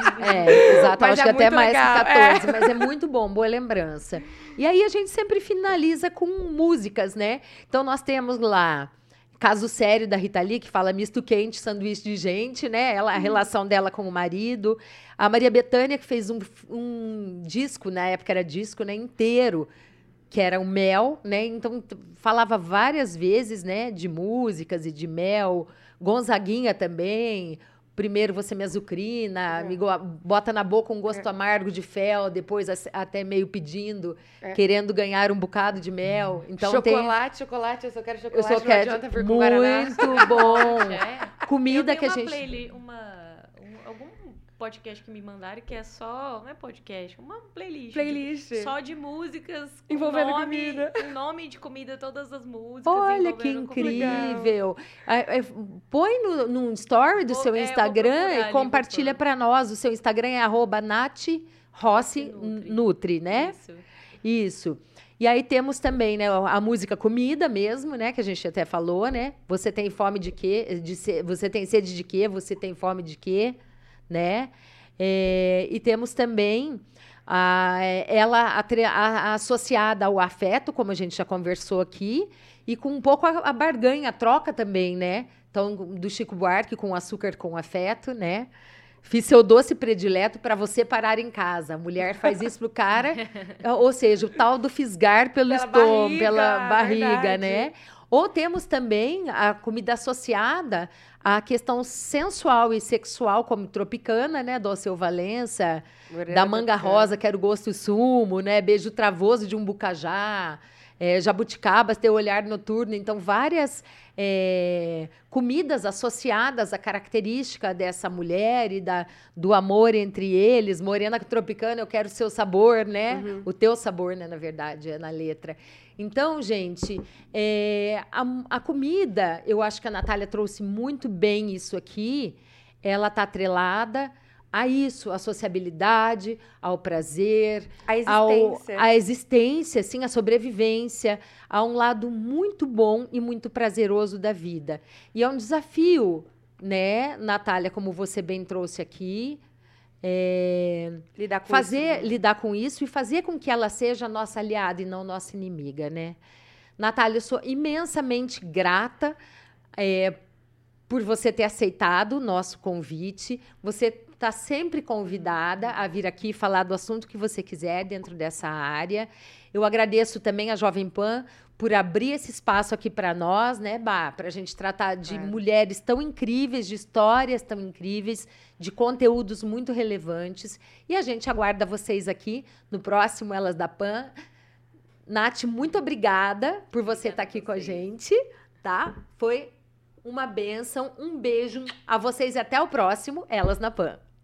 B: É, exato,
C: Mas
B: acho
C: é
B: que até
C: muito
B: mais
C: legal,
B: que catorze, mas é muito bom, boa lembrança. E aí a gente sempre finaliza com músicas, né? Então nós temos lá Caso Sério da Rita Lee, que fala misto quente, sanduíche de gente, né? Ela, a relação dela com o marido. A Maria Bethânia, que fez um, um disco, na época era disco, né, inteiro, que era o Mel, né? Então t- falava várias vezes, né, de músicas e de mel. Gonzaguinha também. Primeiro Você Me Azucrina, me go- bota na boca um gosto amargo de fel, depois as- até meio pedindo,
C: É.
B: querendo ganhar um bocado de mel. Então tem
C: chocolate, chocolate, eu só quero
B: eu
C: chocolate,
B: só
C: não
B: quero
C: adianta vir com Guaraná.
B: muito bom.
D: É.
B: Comida
D: eu
B: que a
D: tenho
B: gente
D: uma playlist, uma, um- algum podcast que me mandaram que é só, não é podcast, uma playlist.
C: Playlist.
D: Só de músicas com
C: Envolvendo
D: nome,
C: comida.
D: com nome de comida, todas as músicas.
B: Olha que
D: envolvendo comida.
B: incrível. Ah, é, põe no, num story do
D: Vou-
B: seu
D: é, eu vou
B: Instagram
D: procurar
B: e
D: ali,
B: compartilha
D: vou
B: para nós. O seu Instagram é arroba Nath Rossi
D: Nutri.
B: Nutri, né?
D: Isso.
B: Isso. E aí temos também, né, a música comida mesmo, né, que a gente até falou, né? Você tem fome de quê? De se- você tem sede de quê? Você tem fome de quê? Né? É, e temos também a, ela atre- a- a- associada ao afeto, como a gente já conversou aqui, e com um pouco a, a barganha, a troca também, né? Então, do Chico Buarque com açúcar com afeto, né? Fiz seu doce predileto para você parar em casa. A mulher faz isso pro cara, ou seja, o tal do fisgar pelo
C: Pela
B: estômago,
C: barriga,
B: pela barriga,
C: verdade.
B: né? Ou temos também a comida associada à questão sensual e sexual, como Tropicana, né? Do Alceu Valença,
C: Morena
B: da Manga
C: Tropicana.
B: Rosa, Quero Gosto e Sumo, né? Beijo Travoso de um Bucajá, é, Jabuticabas, Teu Olhar Noturno. Então, várias é, comidas associadas à característica dessa mulher e da, do amor entre eles. Morena Tropicana, eu quero o seu sabor, né? O teu sabor, né? Na verdade, é na letra. Então, gente, é, a, a comida, eu acho que a Natália trouxe muito bem isso aqui. Ela está atrelada a isso, a sociabilidade, ao prazer,
C: A
B: ao,
C: existência.
B: a existência, sim, a sobrevivência, a um lado muito bom e muito prazeroso da vida. E é um desafio, né, Natália, como você bem trouxe aqui, é,
C: Lidar com
B: fazer,
C: isso.
B: lidar com isso e fazer com que ela seja nossa aliada e não nossa inimiga, né? Natália, eu sou imensamente grata é, por você ter aceitado o nosso convite. Você está sempre convidada a vir aqui falar do assunto que você quiser dentro dessa área. Eu agradeço também a Jovem Pan por abrir esse espaço aqui para nós, né, Bá? Para a gente tratar de
C: É.
B: mulheres tão incríveis, de histórias tão incríveis, de conteúdos muito relevantes. E a gente aguarda vocês aqui no próximo Elas da Pan. Nath, muito obrigada por você estar aqui com a gente, tá? Foi uma bênção, um beijo a vocês e até o próximo Elas na Pan.